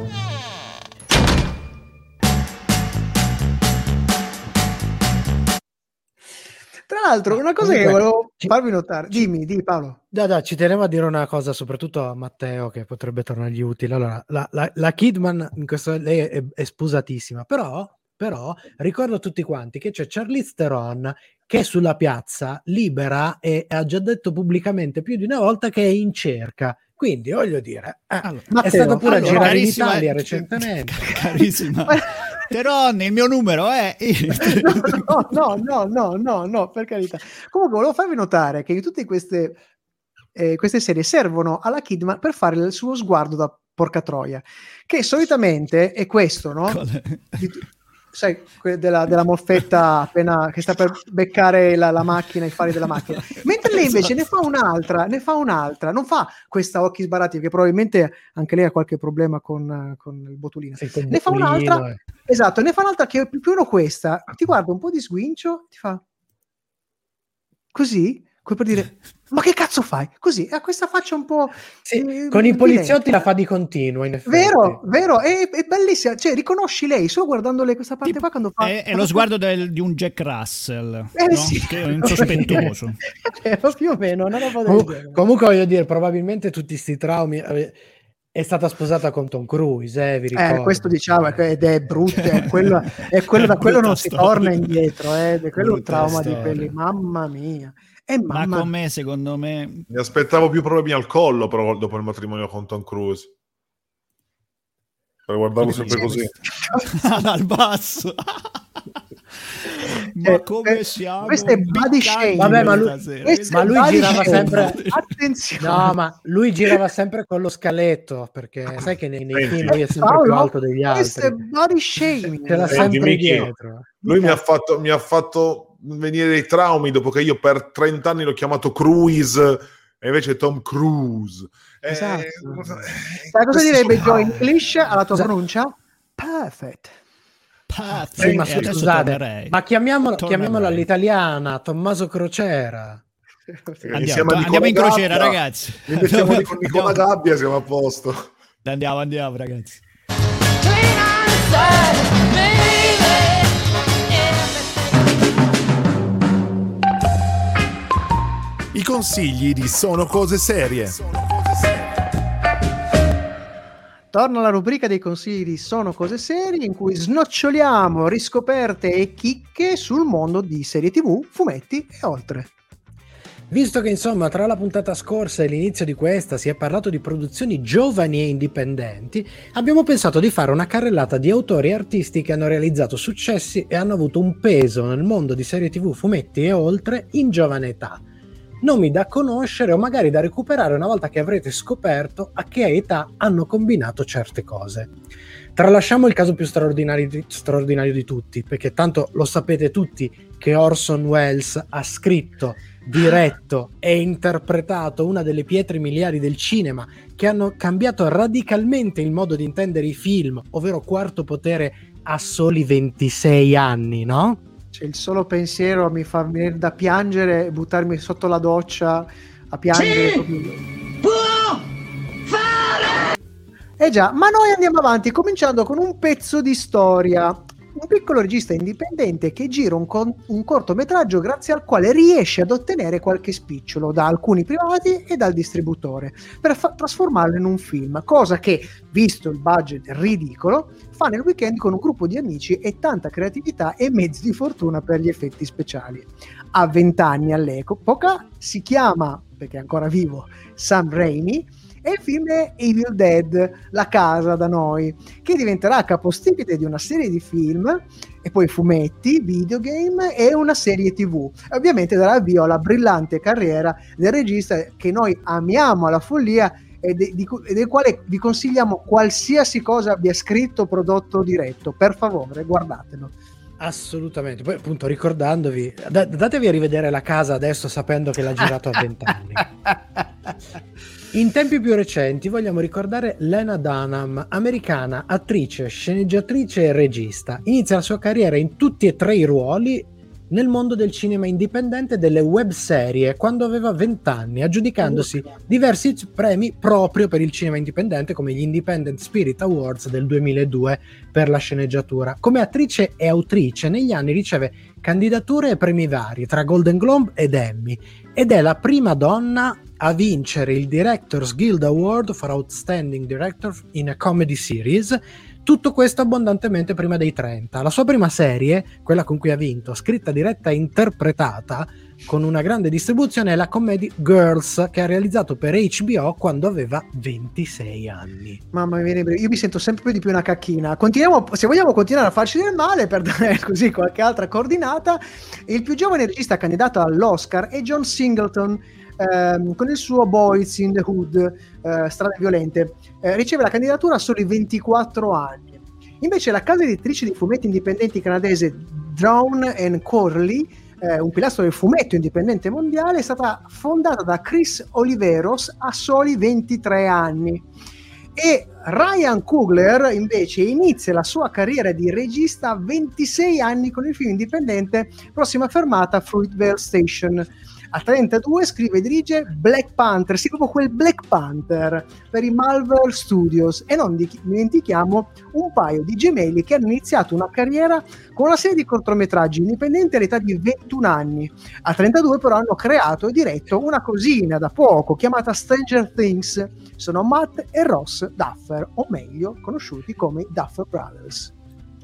Tra l'altro, una cosa Comunque, che volevo ci- farvi notare, ci- dimmi, di Paolo. Da, da, ci tenevo a dire una cosa, soprattutto a Matteo, che potrebbe tornargli utile. Allora, la, la, la Kidman, in questo, lei è, è sposatissima, però, però ricordo a tutti quanti che c'è Charlize Theron che sulla piazza libera e ha già detto pubblicamente più di una volta che è in cerca. Quindi, voglio dire, eh, Allora, è Matteo, stato pure allora, a girare in carissima- Italia recentemente. Carissima Teron, il mio numero è No, no, no, no, no, no, per carità. Comunque volevo farvi notare che tutte queste, eh, queste serie servono alla Kidman per fare il suo sguardo da porca troia, che solitamente è questo, no? Di, sai, della, della moffetta appena che sta per beccare la, la macchina, i fari della macchina, mentre lei invece ne fa un'altra, ne fa un'altra, non fa questa a occhi sbarrati, che probabilmente anche lei ha qualche problema con, con il botulino, sì, con ne fa botulino, un'altra, eh. esatto, ne fa un'altra che è più o meno questa, ti guarda un po' di sguincio, ti fa così, come per dire, ma che cazzo fai? Così, ha questa faccia un po'... Sì, eh, con i poliziotti diletta. la fa di continuo, in effetti. Vero, vero, è, è bellissima, cioè riconosci lei solo guardandole questa parte qua quando fa... È, è lo sguardo del, di un Jack Russell, Eh, no? sì. Che è insospettoso. È più o meno, una roba del Com- genere. comunque voglio dire, probabilmente tutti sti traumi... eh, È stata sposata con Tom Cruise, eh, vi ricordo. Eh, questo diciamo, ed è brutto, è quello, è quello da quello non si Brutta torna storia. indietro, eh, è quello un Brutta trauma storia. di quelli, mamma mia. E Ma mamma con me, secondo me... Mi aspettavo più problemi al collo però dopo il matrimonio con Tom Cruise. Per guardarlo sempre così. Dal basso. Ma Eh, come eh, siamo? questo è body shaming. Vabbè, ma lui, stasera. questo ma è lui body girava shaming. sempre... Attenzione. No, ma lui girava sempre con lo scaletto, perché sai che nei, nei Senti, film lui è sempre Paolo, più alto degli questo è altri. body shaming. Ce l'ha Senti, sempre Miki, dietro. Lui mi ha fatto, mi ha fatto venire dei traumi dopo che io per trenta anni l'ho chiamato Cruise e invece Tom Cruise. Esatto. Eh, Sai cosa direbbe questo- Joe English alla tua Esatto. pronuncia? Perfect. Pazzo. Sì, ma E adesso scusate, tornerei. ma chiamiamola, Tornerei. chiamiamola all'italiana, Tommaso Crociera. Andiamo, Insieme a andiamo Nicola in crociera, Gabbia, ragazzi. li mettiamo lì con Nicola Andiamo. Gabbia, siamo a posto. Andiamo, andiamo, ragazzi. I consigli di Sono Cose Serie. Torna la rubrica dei consigli di Sono Cose Serie, in cui snoccioliamo riscoperte e chicche sul mondo di serie tv, fumetti e oltre. Visto che insomma tra la puntata scorsa e l'inizio di questa si è parlato di produzioni giovani e indipendenti, abbiamo pensato di fare una carrellata di autori e artisti che hanno realizzato successi e hanno avuto un peso nel mondo di serie tv, fumetti e oltre in giovane età. Nomi da conoscere o magari da recuperare una volta che avrete scoperto a che età hanno combinato certe cose. Tralasciamo il caso più straordinario di, straordinario di tutti, perché tanto lo sapete tutti che Orson Welles ha scritto, diretto e interpretato una delle pietre miliari del cinema che hanno cambiato radicalmente il modo di intendere i film, ovvero Quarto Potere a soli ventisei anni, no? Cioè, il solo pensiero mi fa venire da piangere e buttarmi sotto la doccia a piangere. Sì! Eh già, ma noi andiamo avanti cominciando con un pezzo di storia. Un piccolo regista indipendente che gira un, con- un cortometraggio grazie al quale riesce ad ottenere qualche spicciolo da alcuni privati e dal distributore per fa- trasformarlo in un film, cosa che, visto il budget ridicolo, fa nel weekend con un gruppo di amici e tanta creatività e mezzi di fortuna per gli effetti speciali. Ha vent'anni all'epoca, si chiama, perché è ancora vivo, Sam Raimi, e il film è Evil Dead, La casa da noi, che diventerà capostipite di una serie di film e poi fumetti, videogame e una serie tv. E ovviamente darà avvio alla brillante carriera del regista che noi amiamo alla follia e de- di, e del quale vi consigliamo qualsiasi cosa abbia scritto, prodotto o diretto. Per favore, guardatelo. Assolutamente, poi appunto ricordandovi, da- datevi a rivedere La casa adesso sapendo che l'ha girato a vent'anni. In tempi più recenti vogliamo ricordare Lena Dunham, americana, attrice, sceneggiatrice e regista. Inizia la sua carriera in tutti e tre i ruoli nel mondo del cinema indipendente e delle webserie quando aveva vent'anni, aggiudicandosi diversi premi proprio per il cinema indipendente come gli Independent Spirit Awards del duemiladue per la sceneggiatura. Come attrice e autrice negli anni riceve candidature e premi vari tra Golden Globe ed Emmy ed è la prima donna a vincere il Directors Guild Award for Outstanding Director in a Comedy Series. Tutto questo abbondantemente prima dei trenta. La sua prima serie, quella con cui ha vinto, scritta, diretta e interpretata con una grande distribuzione, è la comedy Girls, che ha realizzato per H B O quando aveva ventisei anni. Mamma mia, io mi sento sempre più di più una cacchina. Continuiamo, se vogliamo continuare a farci del male, per dare così qualche altra coordinata, il più giovane regista candidato all'Oscar è John Singleton, ehm, con il suo Boys in the Hood, eh, Strade violente. Eh, riceve la candidatura a soli ventiquattro anni. Invece la casa editrice di fumetti indipendenti canadese Drawn and Corley, eh, un pilastro del fumetto indipendente mondiale, è stata fondata da Chris Oliveros a soli ventitré anni. E Ryan Coogler invece inizia la sua carriera di regista a ventisei anni con il film indipendente Prossima fermata Fruitvale Station. A trentadue scrive e dirige Black Panther, sì, proprio quel Black Panther per i Marvel Studios. E non dimentichiamo un paio di gemelli che hanno iniziato una carriera con una serie di cortometraggi indipendenti all'età di ventuno anni. A trentadue però hanno creato e diretto una cosina da poco chiamata Stranger Things. Sono Matt e Ross Duffer, o meglio conosciuti come i Duffer Brothers.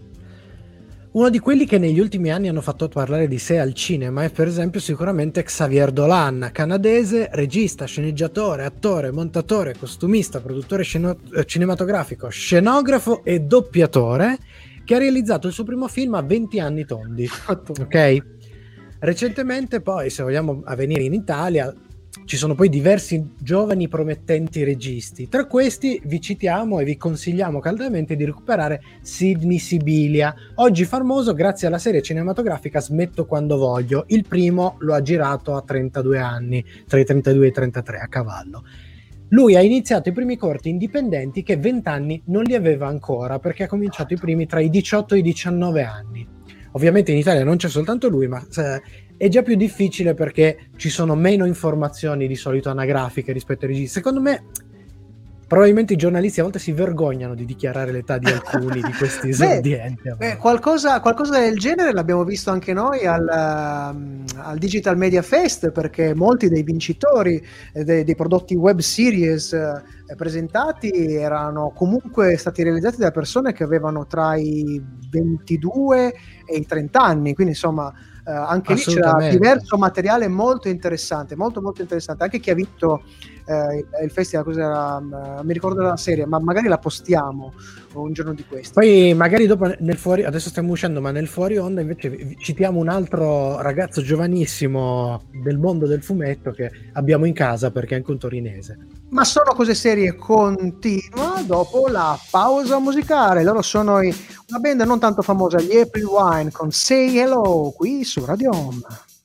Uno di quelli che negli ultimi anni hanno fatto parlare di sé al cinema è per esempio sicuramente Xavier Dolan, canadese, regista, sceneggiatore, attore, montatore, costumista, produttore sceno- cinematografico, scenografo e doppiatore, che ha realizzato il suo primo film a venti anni tondi. Ok? Recentemente poi, se vogliamo venire in Italia, ci sono poi diversi giovani promettenti registi. Tra questi vi citiamo e vi consigliamo caldamente di recuperare Sidney Sibilia, oggi famoso grazie alla serie cinematografica Smetto quando voglio. Il primo lo ha girato a trentadue anni, tra i trentadue e i trentatré, a cavallo. Lui ha iniziato i primi corti indipendenti che venti anni non li aveva ancora, perché ha cominciato i primi tra i diciotto e i diciannove anni. Ovviamente in Italia non c'è soltanto lui, ma è già più difficile perché ci sono meno informazioni di solito anagrafiche rispetto ai registi. Secondo me probabilmente i giornalisti a volte si vergognano di dichiarare l'età di alcuni di questi esordienti. Beh, qualcosa, qualcosa del genere l'abbiamo visto anche noi al, al Digital Media Fest, perché molti dei vincitori dei, dei prodotti web series eh, presentati erano comunque stati realizzati da persone che avevano tra i ventidue e i trenta anni, quindi insomma eh, anche lì c'era diverso materiale molto interessante, molto molto interessante. Anche chi ha vinto eh, il festival, cos'era, uh, mi ricordo la serie, ma magari la postiamo un giorno di questi. Poi magari dopo nel fuori, adesso stiamo uscendo, ma nel fuori onda invece citiamo un altro ragazzo giovanissimo del mondo del fumetto che abbiamo in casa perché è anche un torinese. Ma Sono Cose Serie continua dopo la pausa musicale. Loro sono i, una band non tanto famosa, gli April Wine, con Say Hello qui su Radio Home.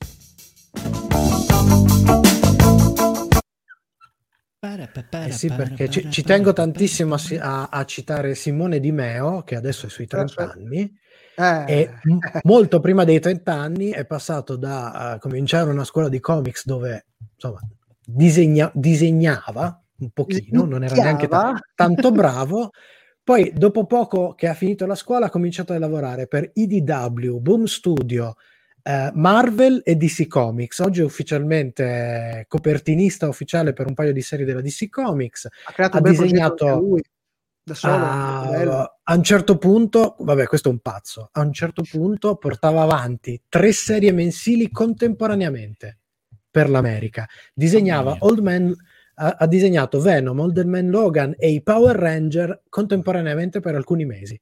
Eh sì, perché ci, ci tengo tantissimo a, a, a citare Simone Di Meo, che adesso è sui trenta anni, eh. e m- molto prima dei trenta anni è passato da uh, cominciare una scuola di comics dove insomma disegna- disegnava un pochino, non era neanche ta- tanto bravo. Poi dopo poco che ha finito la scuola ha cominciato a lavorare per I D W, Boom Studio, Uh, Marvel e D C Comics. Oggi è ufficialmente copertinista ufficiale per un paio di serie della D C Comics. Ha creato ha un bel disegnato lui, da solo, a, a un certo punto, vabbè, questo è un pazzo. A un certo punto portava avanti tre serie mensili contemporaneamente per l'America. Disegnava oh, Old Man, ha, ha disegnato Venom, Old Man Logan e i Power Ranger contemporaneamente per alcuni mesi.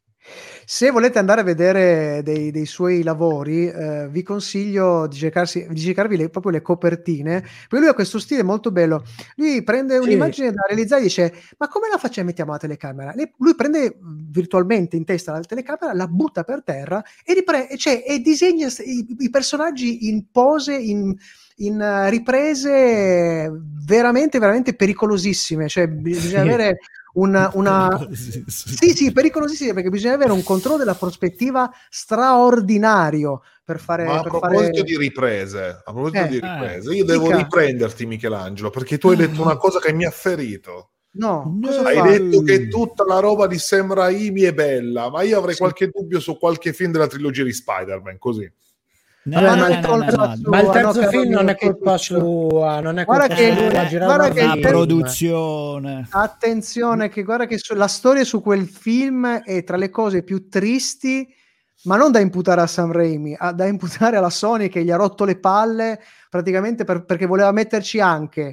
Se volete andare a vedere dei, dei suoi lavori, eh, vi consiglio di, cercarsi, di cercarvi le, proprio le copertine, perché lui ha questo stile molto bello. Lui prende sì. un'immagine da realizzare e dice: ma come la facciamo? Mettiamo la telecamera. Lui prende virtualmente in testa la telecamera, la butta per terra e, ripre- cioè, e disegna i, i personaggi in pose, in, in riprese veramente, veramente pericolosissime. Cioè, bisogna sì. avere una, una... sì sì pericolosissima, perché bisogna avere un controllo della prospettiva straordinario per fare. Ma a per proposito fare... di riprese, a proposito eh, di riprese, eh, io devo dica. riprenderti, Michelangelo, perché tu hai detto una cosa che mi ha ferito. No, cosa hai fai? detto che tutta la roba di Sam Raimi è bella, ma io avrei sì. qualche dubbio su qualche film della trilogia di Spider-Man, così. No, Vabbè, no, ma, il, no, no, no, no. ma il terzo no, film non è colpa sua, non è colpa guarda che, sua, eh, guarda che la produzione. Attenzione, che guarda che su, la storia su quel film è tra le cose più tristi, ma non da imputare a Sam Raimi, a, da imputare alla Sony che gli ha rotto le palle praticamente per, perché voleva metterci anche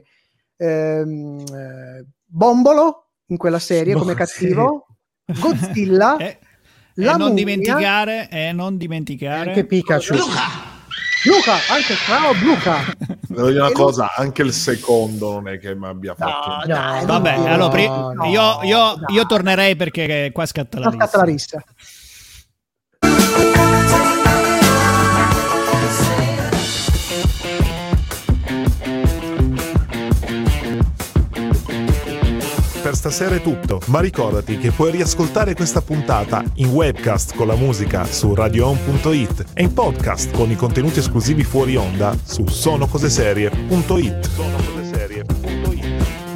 ehm, eh, Bombolo in quella serie Bo- come cattivo, sì. Godzilla. eh. E non, dimenticare, e non dimenticare anche Pikachu. Luca, anche ciao Luca. Devo dire una cosa, anche il secondo non è che mi abbia fatto. No, dai, Vabbè, no, allora pri- no, io, io, dai. io tornerei perché qua scatta la No, scatta la rissa. Per stasera è tutto, ma ricordati che puoi riascoltare questa puntata in webcast con la musica su radio home punto it e in podcast con i contenuti esclusivi fuori onda su sono cose serie punto it. Sono cose serie punto it.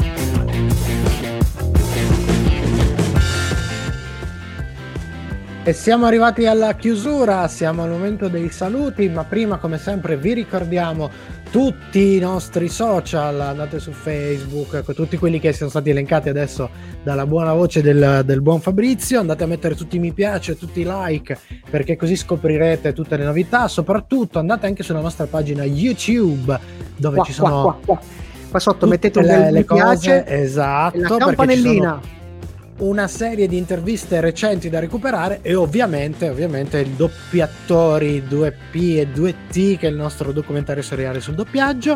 E siamo arrivati alla chiusura, siamo al momento dei saluti, ma prima come sempre vi ricordiamo tutti i nostri social, andate su Facebook, ecco, tutti quelli che sono stati elencati adesso dalla buona voce del, del buon Fabrizio, andate a mettere tutti i mi piace, tutti i like, perché così scoprirete tutte le novità, soprattutto andate anche sulla nostra pagina YouTube, dove Qua, ci sono qua, qua, qua. Qua sotto tutte mettete un le, bel le mi cose, piace, esatto, e la perché ci campanellina. sono una serie di interviste recenti da recuperare e ovviamente ovviamente il doppiatori due P e due T, che è il nostro documentario seriale sul doppiaggio.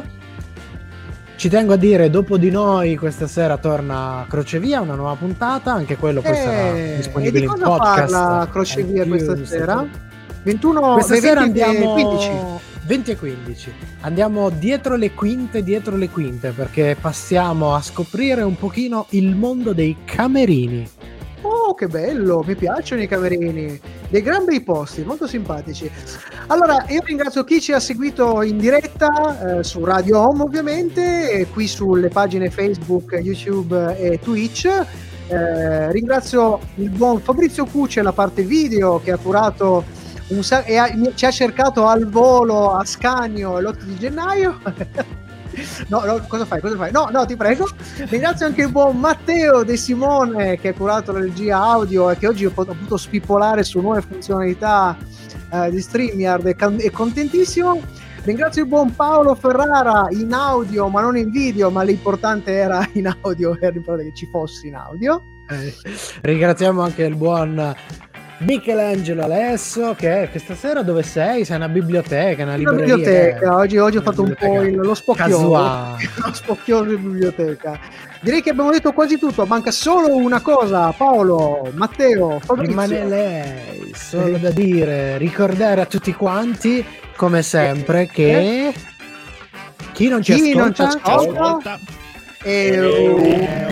Ci tengo a dire, dopo di noi questa sera torna Crocevia, una nuova puntata, anche quello poi Eh, sarà disponibile e di in cosa podcast. parla Crocevia iTunes, questa sera? ventuno questa sera venti e andiamo quindici. venti e quindici, andiamo dietro le quinte dietro le quinte perché passiamo a scoprire un pochino il mondo dei camerini. Oh, che bello, mi piacciono i camerini, dei gran bei posti, molto simpatici. Allora, io ringrazio chi ci ha seguito in diretta eh, su Radio Home, ovviamente, e qui sulle pagine Facebook, YouTube e Twitch. Eh, ringrazio il buon Fabrizio Cucci alla parte video, che ha curato un sa- e ha- ci ha cercato al volo a Scanio l'otto di gennaio. No, no, cosa fai? Cosa fai? No, no, ti prego. Ringrazio anche il buon Matteo De Simone, che ha curato la regia audio e che oggi ho pot- ho potuto spippolare su nuove funzionalità eh, di StreamYard, e can- è contentissimo. Ringrazio il buon Paolo Ferrara in audio, ma non in video, ma l'importante era in audio, era l'importante che ci fossi in audio. Eh, ringraziamo anche il buon Michelangelo Alesso, che questa sera dove sei? Sei una biblioteca, una Una libreria? biblioteca, oggi, oggi ho Una fatto un po' il, lo spocchioso, casuale. lo spocchioso in biblioteca. Direi che abbiamo detto quasi tutto, manca solo una cosa, Paolo, Matteo, Fabrizio. Rimane lei, solo da dire, ricordare a tutti quanti, come sempre, che chi non ci Chi ascolta, non ci ascolta è un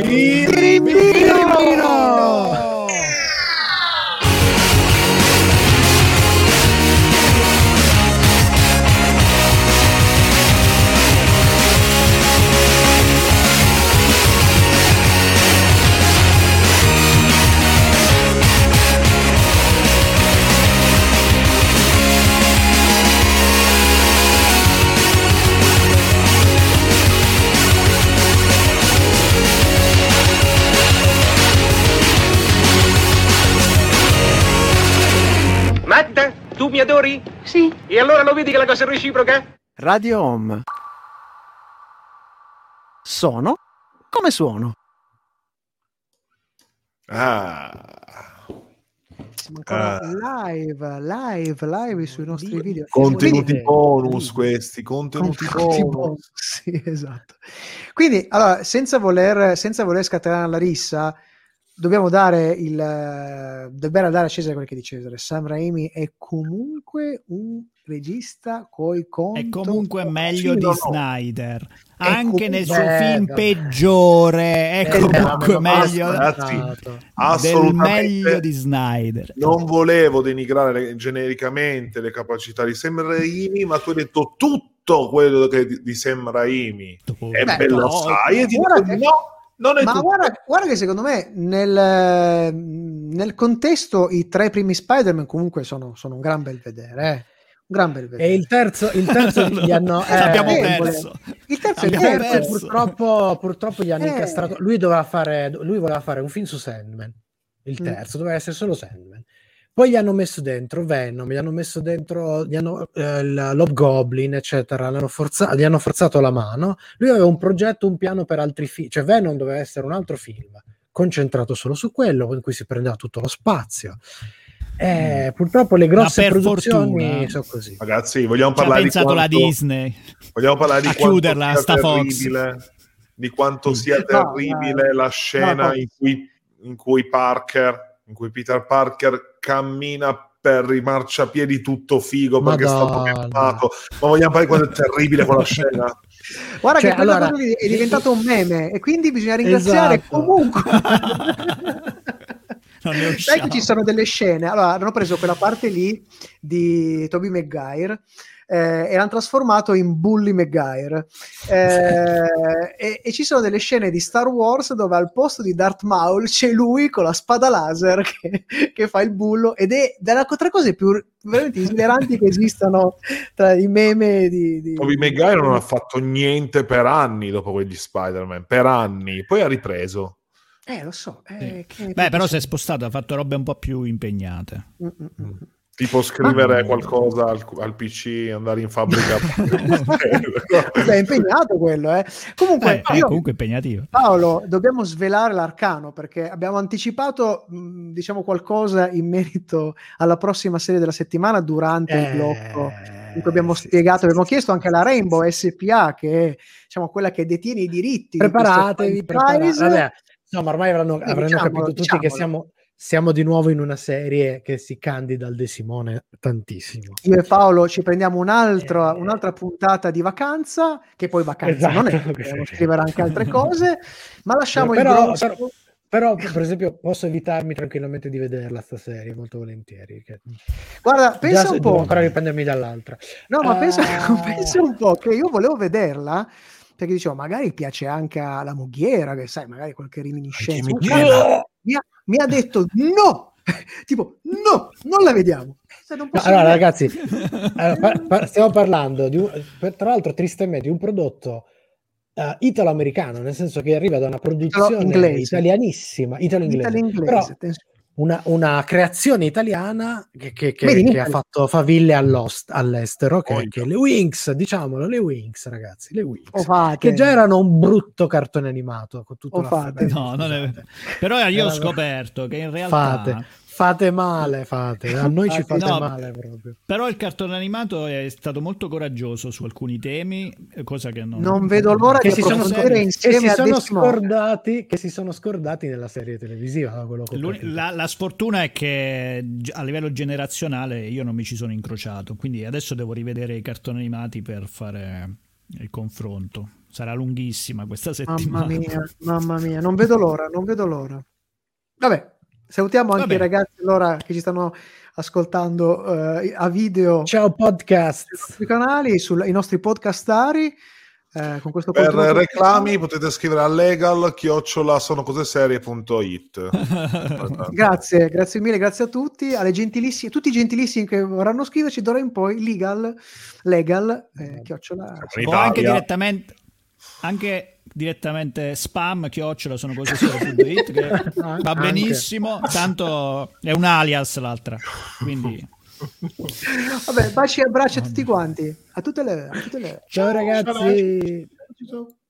birimbino! Magda, tu mi adori? Sì. E allora lo vedi che la cosa è reciproca? Radio Home. Sono come suono. Ah. Siamo ancora Ah. live, live, live sui nostri video. Contenuti Quindi- bonus questi, contenuti Contenuti bonus. bonus, sì, esatto. Quindi, allora, senza voler, senza voler scatenare la rissa, dobbiamo dare il dobbiamo dare a Cesare quel che è di Cesare. Sam Raimi è comunque un regista coi conti. È comunque meglio Sì, di no, no. Snyder, È anche nel suo comunque- film Beh, peggiore, è Eh, comunque ma meglio ragazzi, del assolutamente meglio di Snyder. non volevo denigrare le- genericamente le capacità di Sam Raimi, ma tu hai detto tutto quello che di, di Sam Raimi è Beh, bello no, assai e ti guarda dico, che- no, non è Ma tutto. guarda, guarda che secondo me nel, nel contesto i tre primi Spider-Man comunque sono, sono un gran bel vedere, eh. Un gran bel vedere. E il terzo, il terzo gli hanno eh, Abbiamo debole. perso. Il terzo è il Abbiamo debole. terzo perso. purtroppo, purtroppo gli hanno Eh. incastrato. Lui doveva fare, lui voleva fare un film su Sandman. Il Mm. terzo doveva essere solo Sandman. Poi gli hanno messo dentro Venom, gli hanno messo dentro gli hanno, eh, il Hobgoblin, eccetera. L'hanno forza- gli hanno forzato la mano. Lui aveva un progetto, un piano per altri film. Cioè, Venom doveva essere un altro film concentrato solo su quello, in cui si prendeva tutto lo spazio. Eh, purtroppo le grosse per produzioni fortuna. sono così. Ragazzi, vogliamo Ci ha parlare di pensato quanto, la Disney vogliamo parlare di a quanto chiuderla, sia sta Fox. terribile, di quanto sia No, terribile no, la scena no, in cui in cui Parker, in cui Peter Parker cammina per i marciapiedi tutto figo perché Madonna. è stato chiamato. Ma vogliamo parlare di quanto è terribile quella scena? Guarda Cioè, che quella allora- cosa lì è diventato un meme e quindi bisogna ringraziare Esatto. comunque. Non ne Sai usciamo. che ci sono delle scene, allora hanno preso quella parte lì di Tobey Maguire eh, e l'hanno trasformato in Bully Maguire eh, e, e ci sono delle scene di Star Wars dove al posto di Darth Maul c'è lui con la spada laser che, che fa il bullo ed è della tra cose più veramente esileranti che esistano tra i meme di, di... Tobey Maguire non ha fatto niente per anni dopo quegli Spider-Man, per anni, poi ha ripreso. Eh, lo so. Eh, che- Beh, però si è spostato, ha fatto robe un po' più impegnate. Mm, mm, mm. Tipo scrivere Ma- qualcosa al, al P C, andare in fabbrica. Beh, è impegnato quello, eh. Comunque, Eh, è io- comunque impegnativo. Paolo, dobbiamo svelare l'arcano perché abbiamo anticipato, mh, diciamo, qualcosa in merito alla prossima serie della settimana durante il Eh, blocco in cui abbiamo sì, spiegato, sì, abbiamo sì, chiesto anche alla Rainbow S P A, che è, diciamo, quella che detiene i diritti. Preparatevi, di questo preparatevi. franchise. Vabbè, insomma, ormai avranno, Eh, avranno diciamolo, capito tutti diciamolo. che siamo, siamo di nuovo in una serie che si candida al De Simone tantissimo. Io e Paolo ci prendiamo un altro- Eh. un'altra puntata di vacanza, che poi vacanza Esatto. non è, dobbiamo scrivere anche altre cose, ma lasciamo il Però- grosso... però- Però, per esempio, posso evitarmi tranquillamente di vederla sta serie, molto volentieri. Che... Guarda, pensa Già un se- devo po'. ancora riprendermi dall'altra. No, ma pensa, Ah. pensa un po' che io volevo vederla perché dicevo, magari piace anche alla Mughiera, che sai, magari qualche reminiscenza. Anche Un Mughiera. cazzo, Mi, ha, mi ha detto no, tipo no, non la vediamo. Se non No, posso allora, vedere- ragazzi, allora, par- par- stiamo parlando di un, per- tra l'altro, tristemente, di un prodotto eh, italo-americano, nel senso che arriva da una produzione Italo-inglese. italianissima, italo-inglese, Italo-inglese, però attenzione. una, una creazione italiana che, che- che- Made in che ha Italy. fatto faville all'ost- all'estero, che, Poi- che le Winx, diciamolo, le Winx, ragazzi, le Winx, O fate. che già erano un brutto cartone animato con tutto O l'affetto, fate. No, non è... scusate. Però io ho Erano- scoperto che in realtà... Fate, fate male, fate, a noi ci Fate- fate no, male proprio. Però il cartone animato è stato molto coraggioso su alcuni temi, cosa che non... Non vedo l'ora Che di si sono, approfondire che insieme si a sono De Simone. scordati che si sono scordati nella serie televisiva, da quello che ho L'uni- capito. La, la sfortuna è che gi- a livello generazionale io non mi ci sono incrociato, quindi adesso devo rivedere i cartoni animati per fare il confronto. Sarà lunghissima questa settimana. Mamma mia, mamma mia, non vedo l'ora, non vedo l'ora. Vabbè, salutiamo anche Vabbè. i ragazzi allora che ci stanno ascoltando eh, a video Ciao podcast. sui nostri canali, sui nostri podcastari. Eh, con questo Per contenuto- reclami potete scrivere a legal chiocciola sono cose serie punto it. Grazie, grazie mille, grazie a tutti, alle gentilissime, tutti i gentilissimi che vorranno scriverci d'ora in poi, legal, legal, eh, chiocciola. In O anche Italia. direttamente, anche direttamente spam, chiocciola, sono cose serie punto it, che va Anche. benissimo, tanto è un alias l'altra, quindi... Vabbè, baci e abbracci a tutti quanti, a tutte le... A tutte le... Ciao ragazzi. Ciao.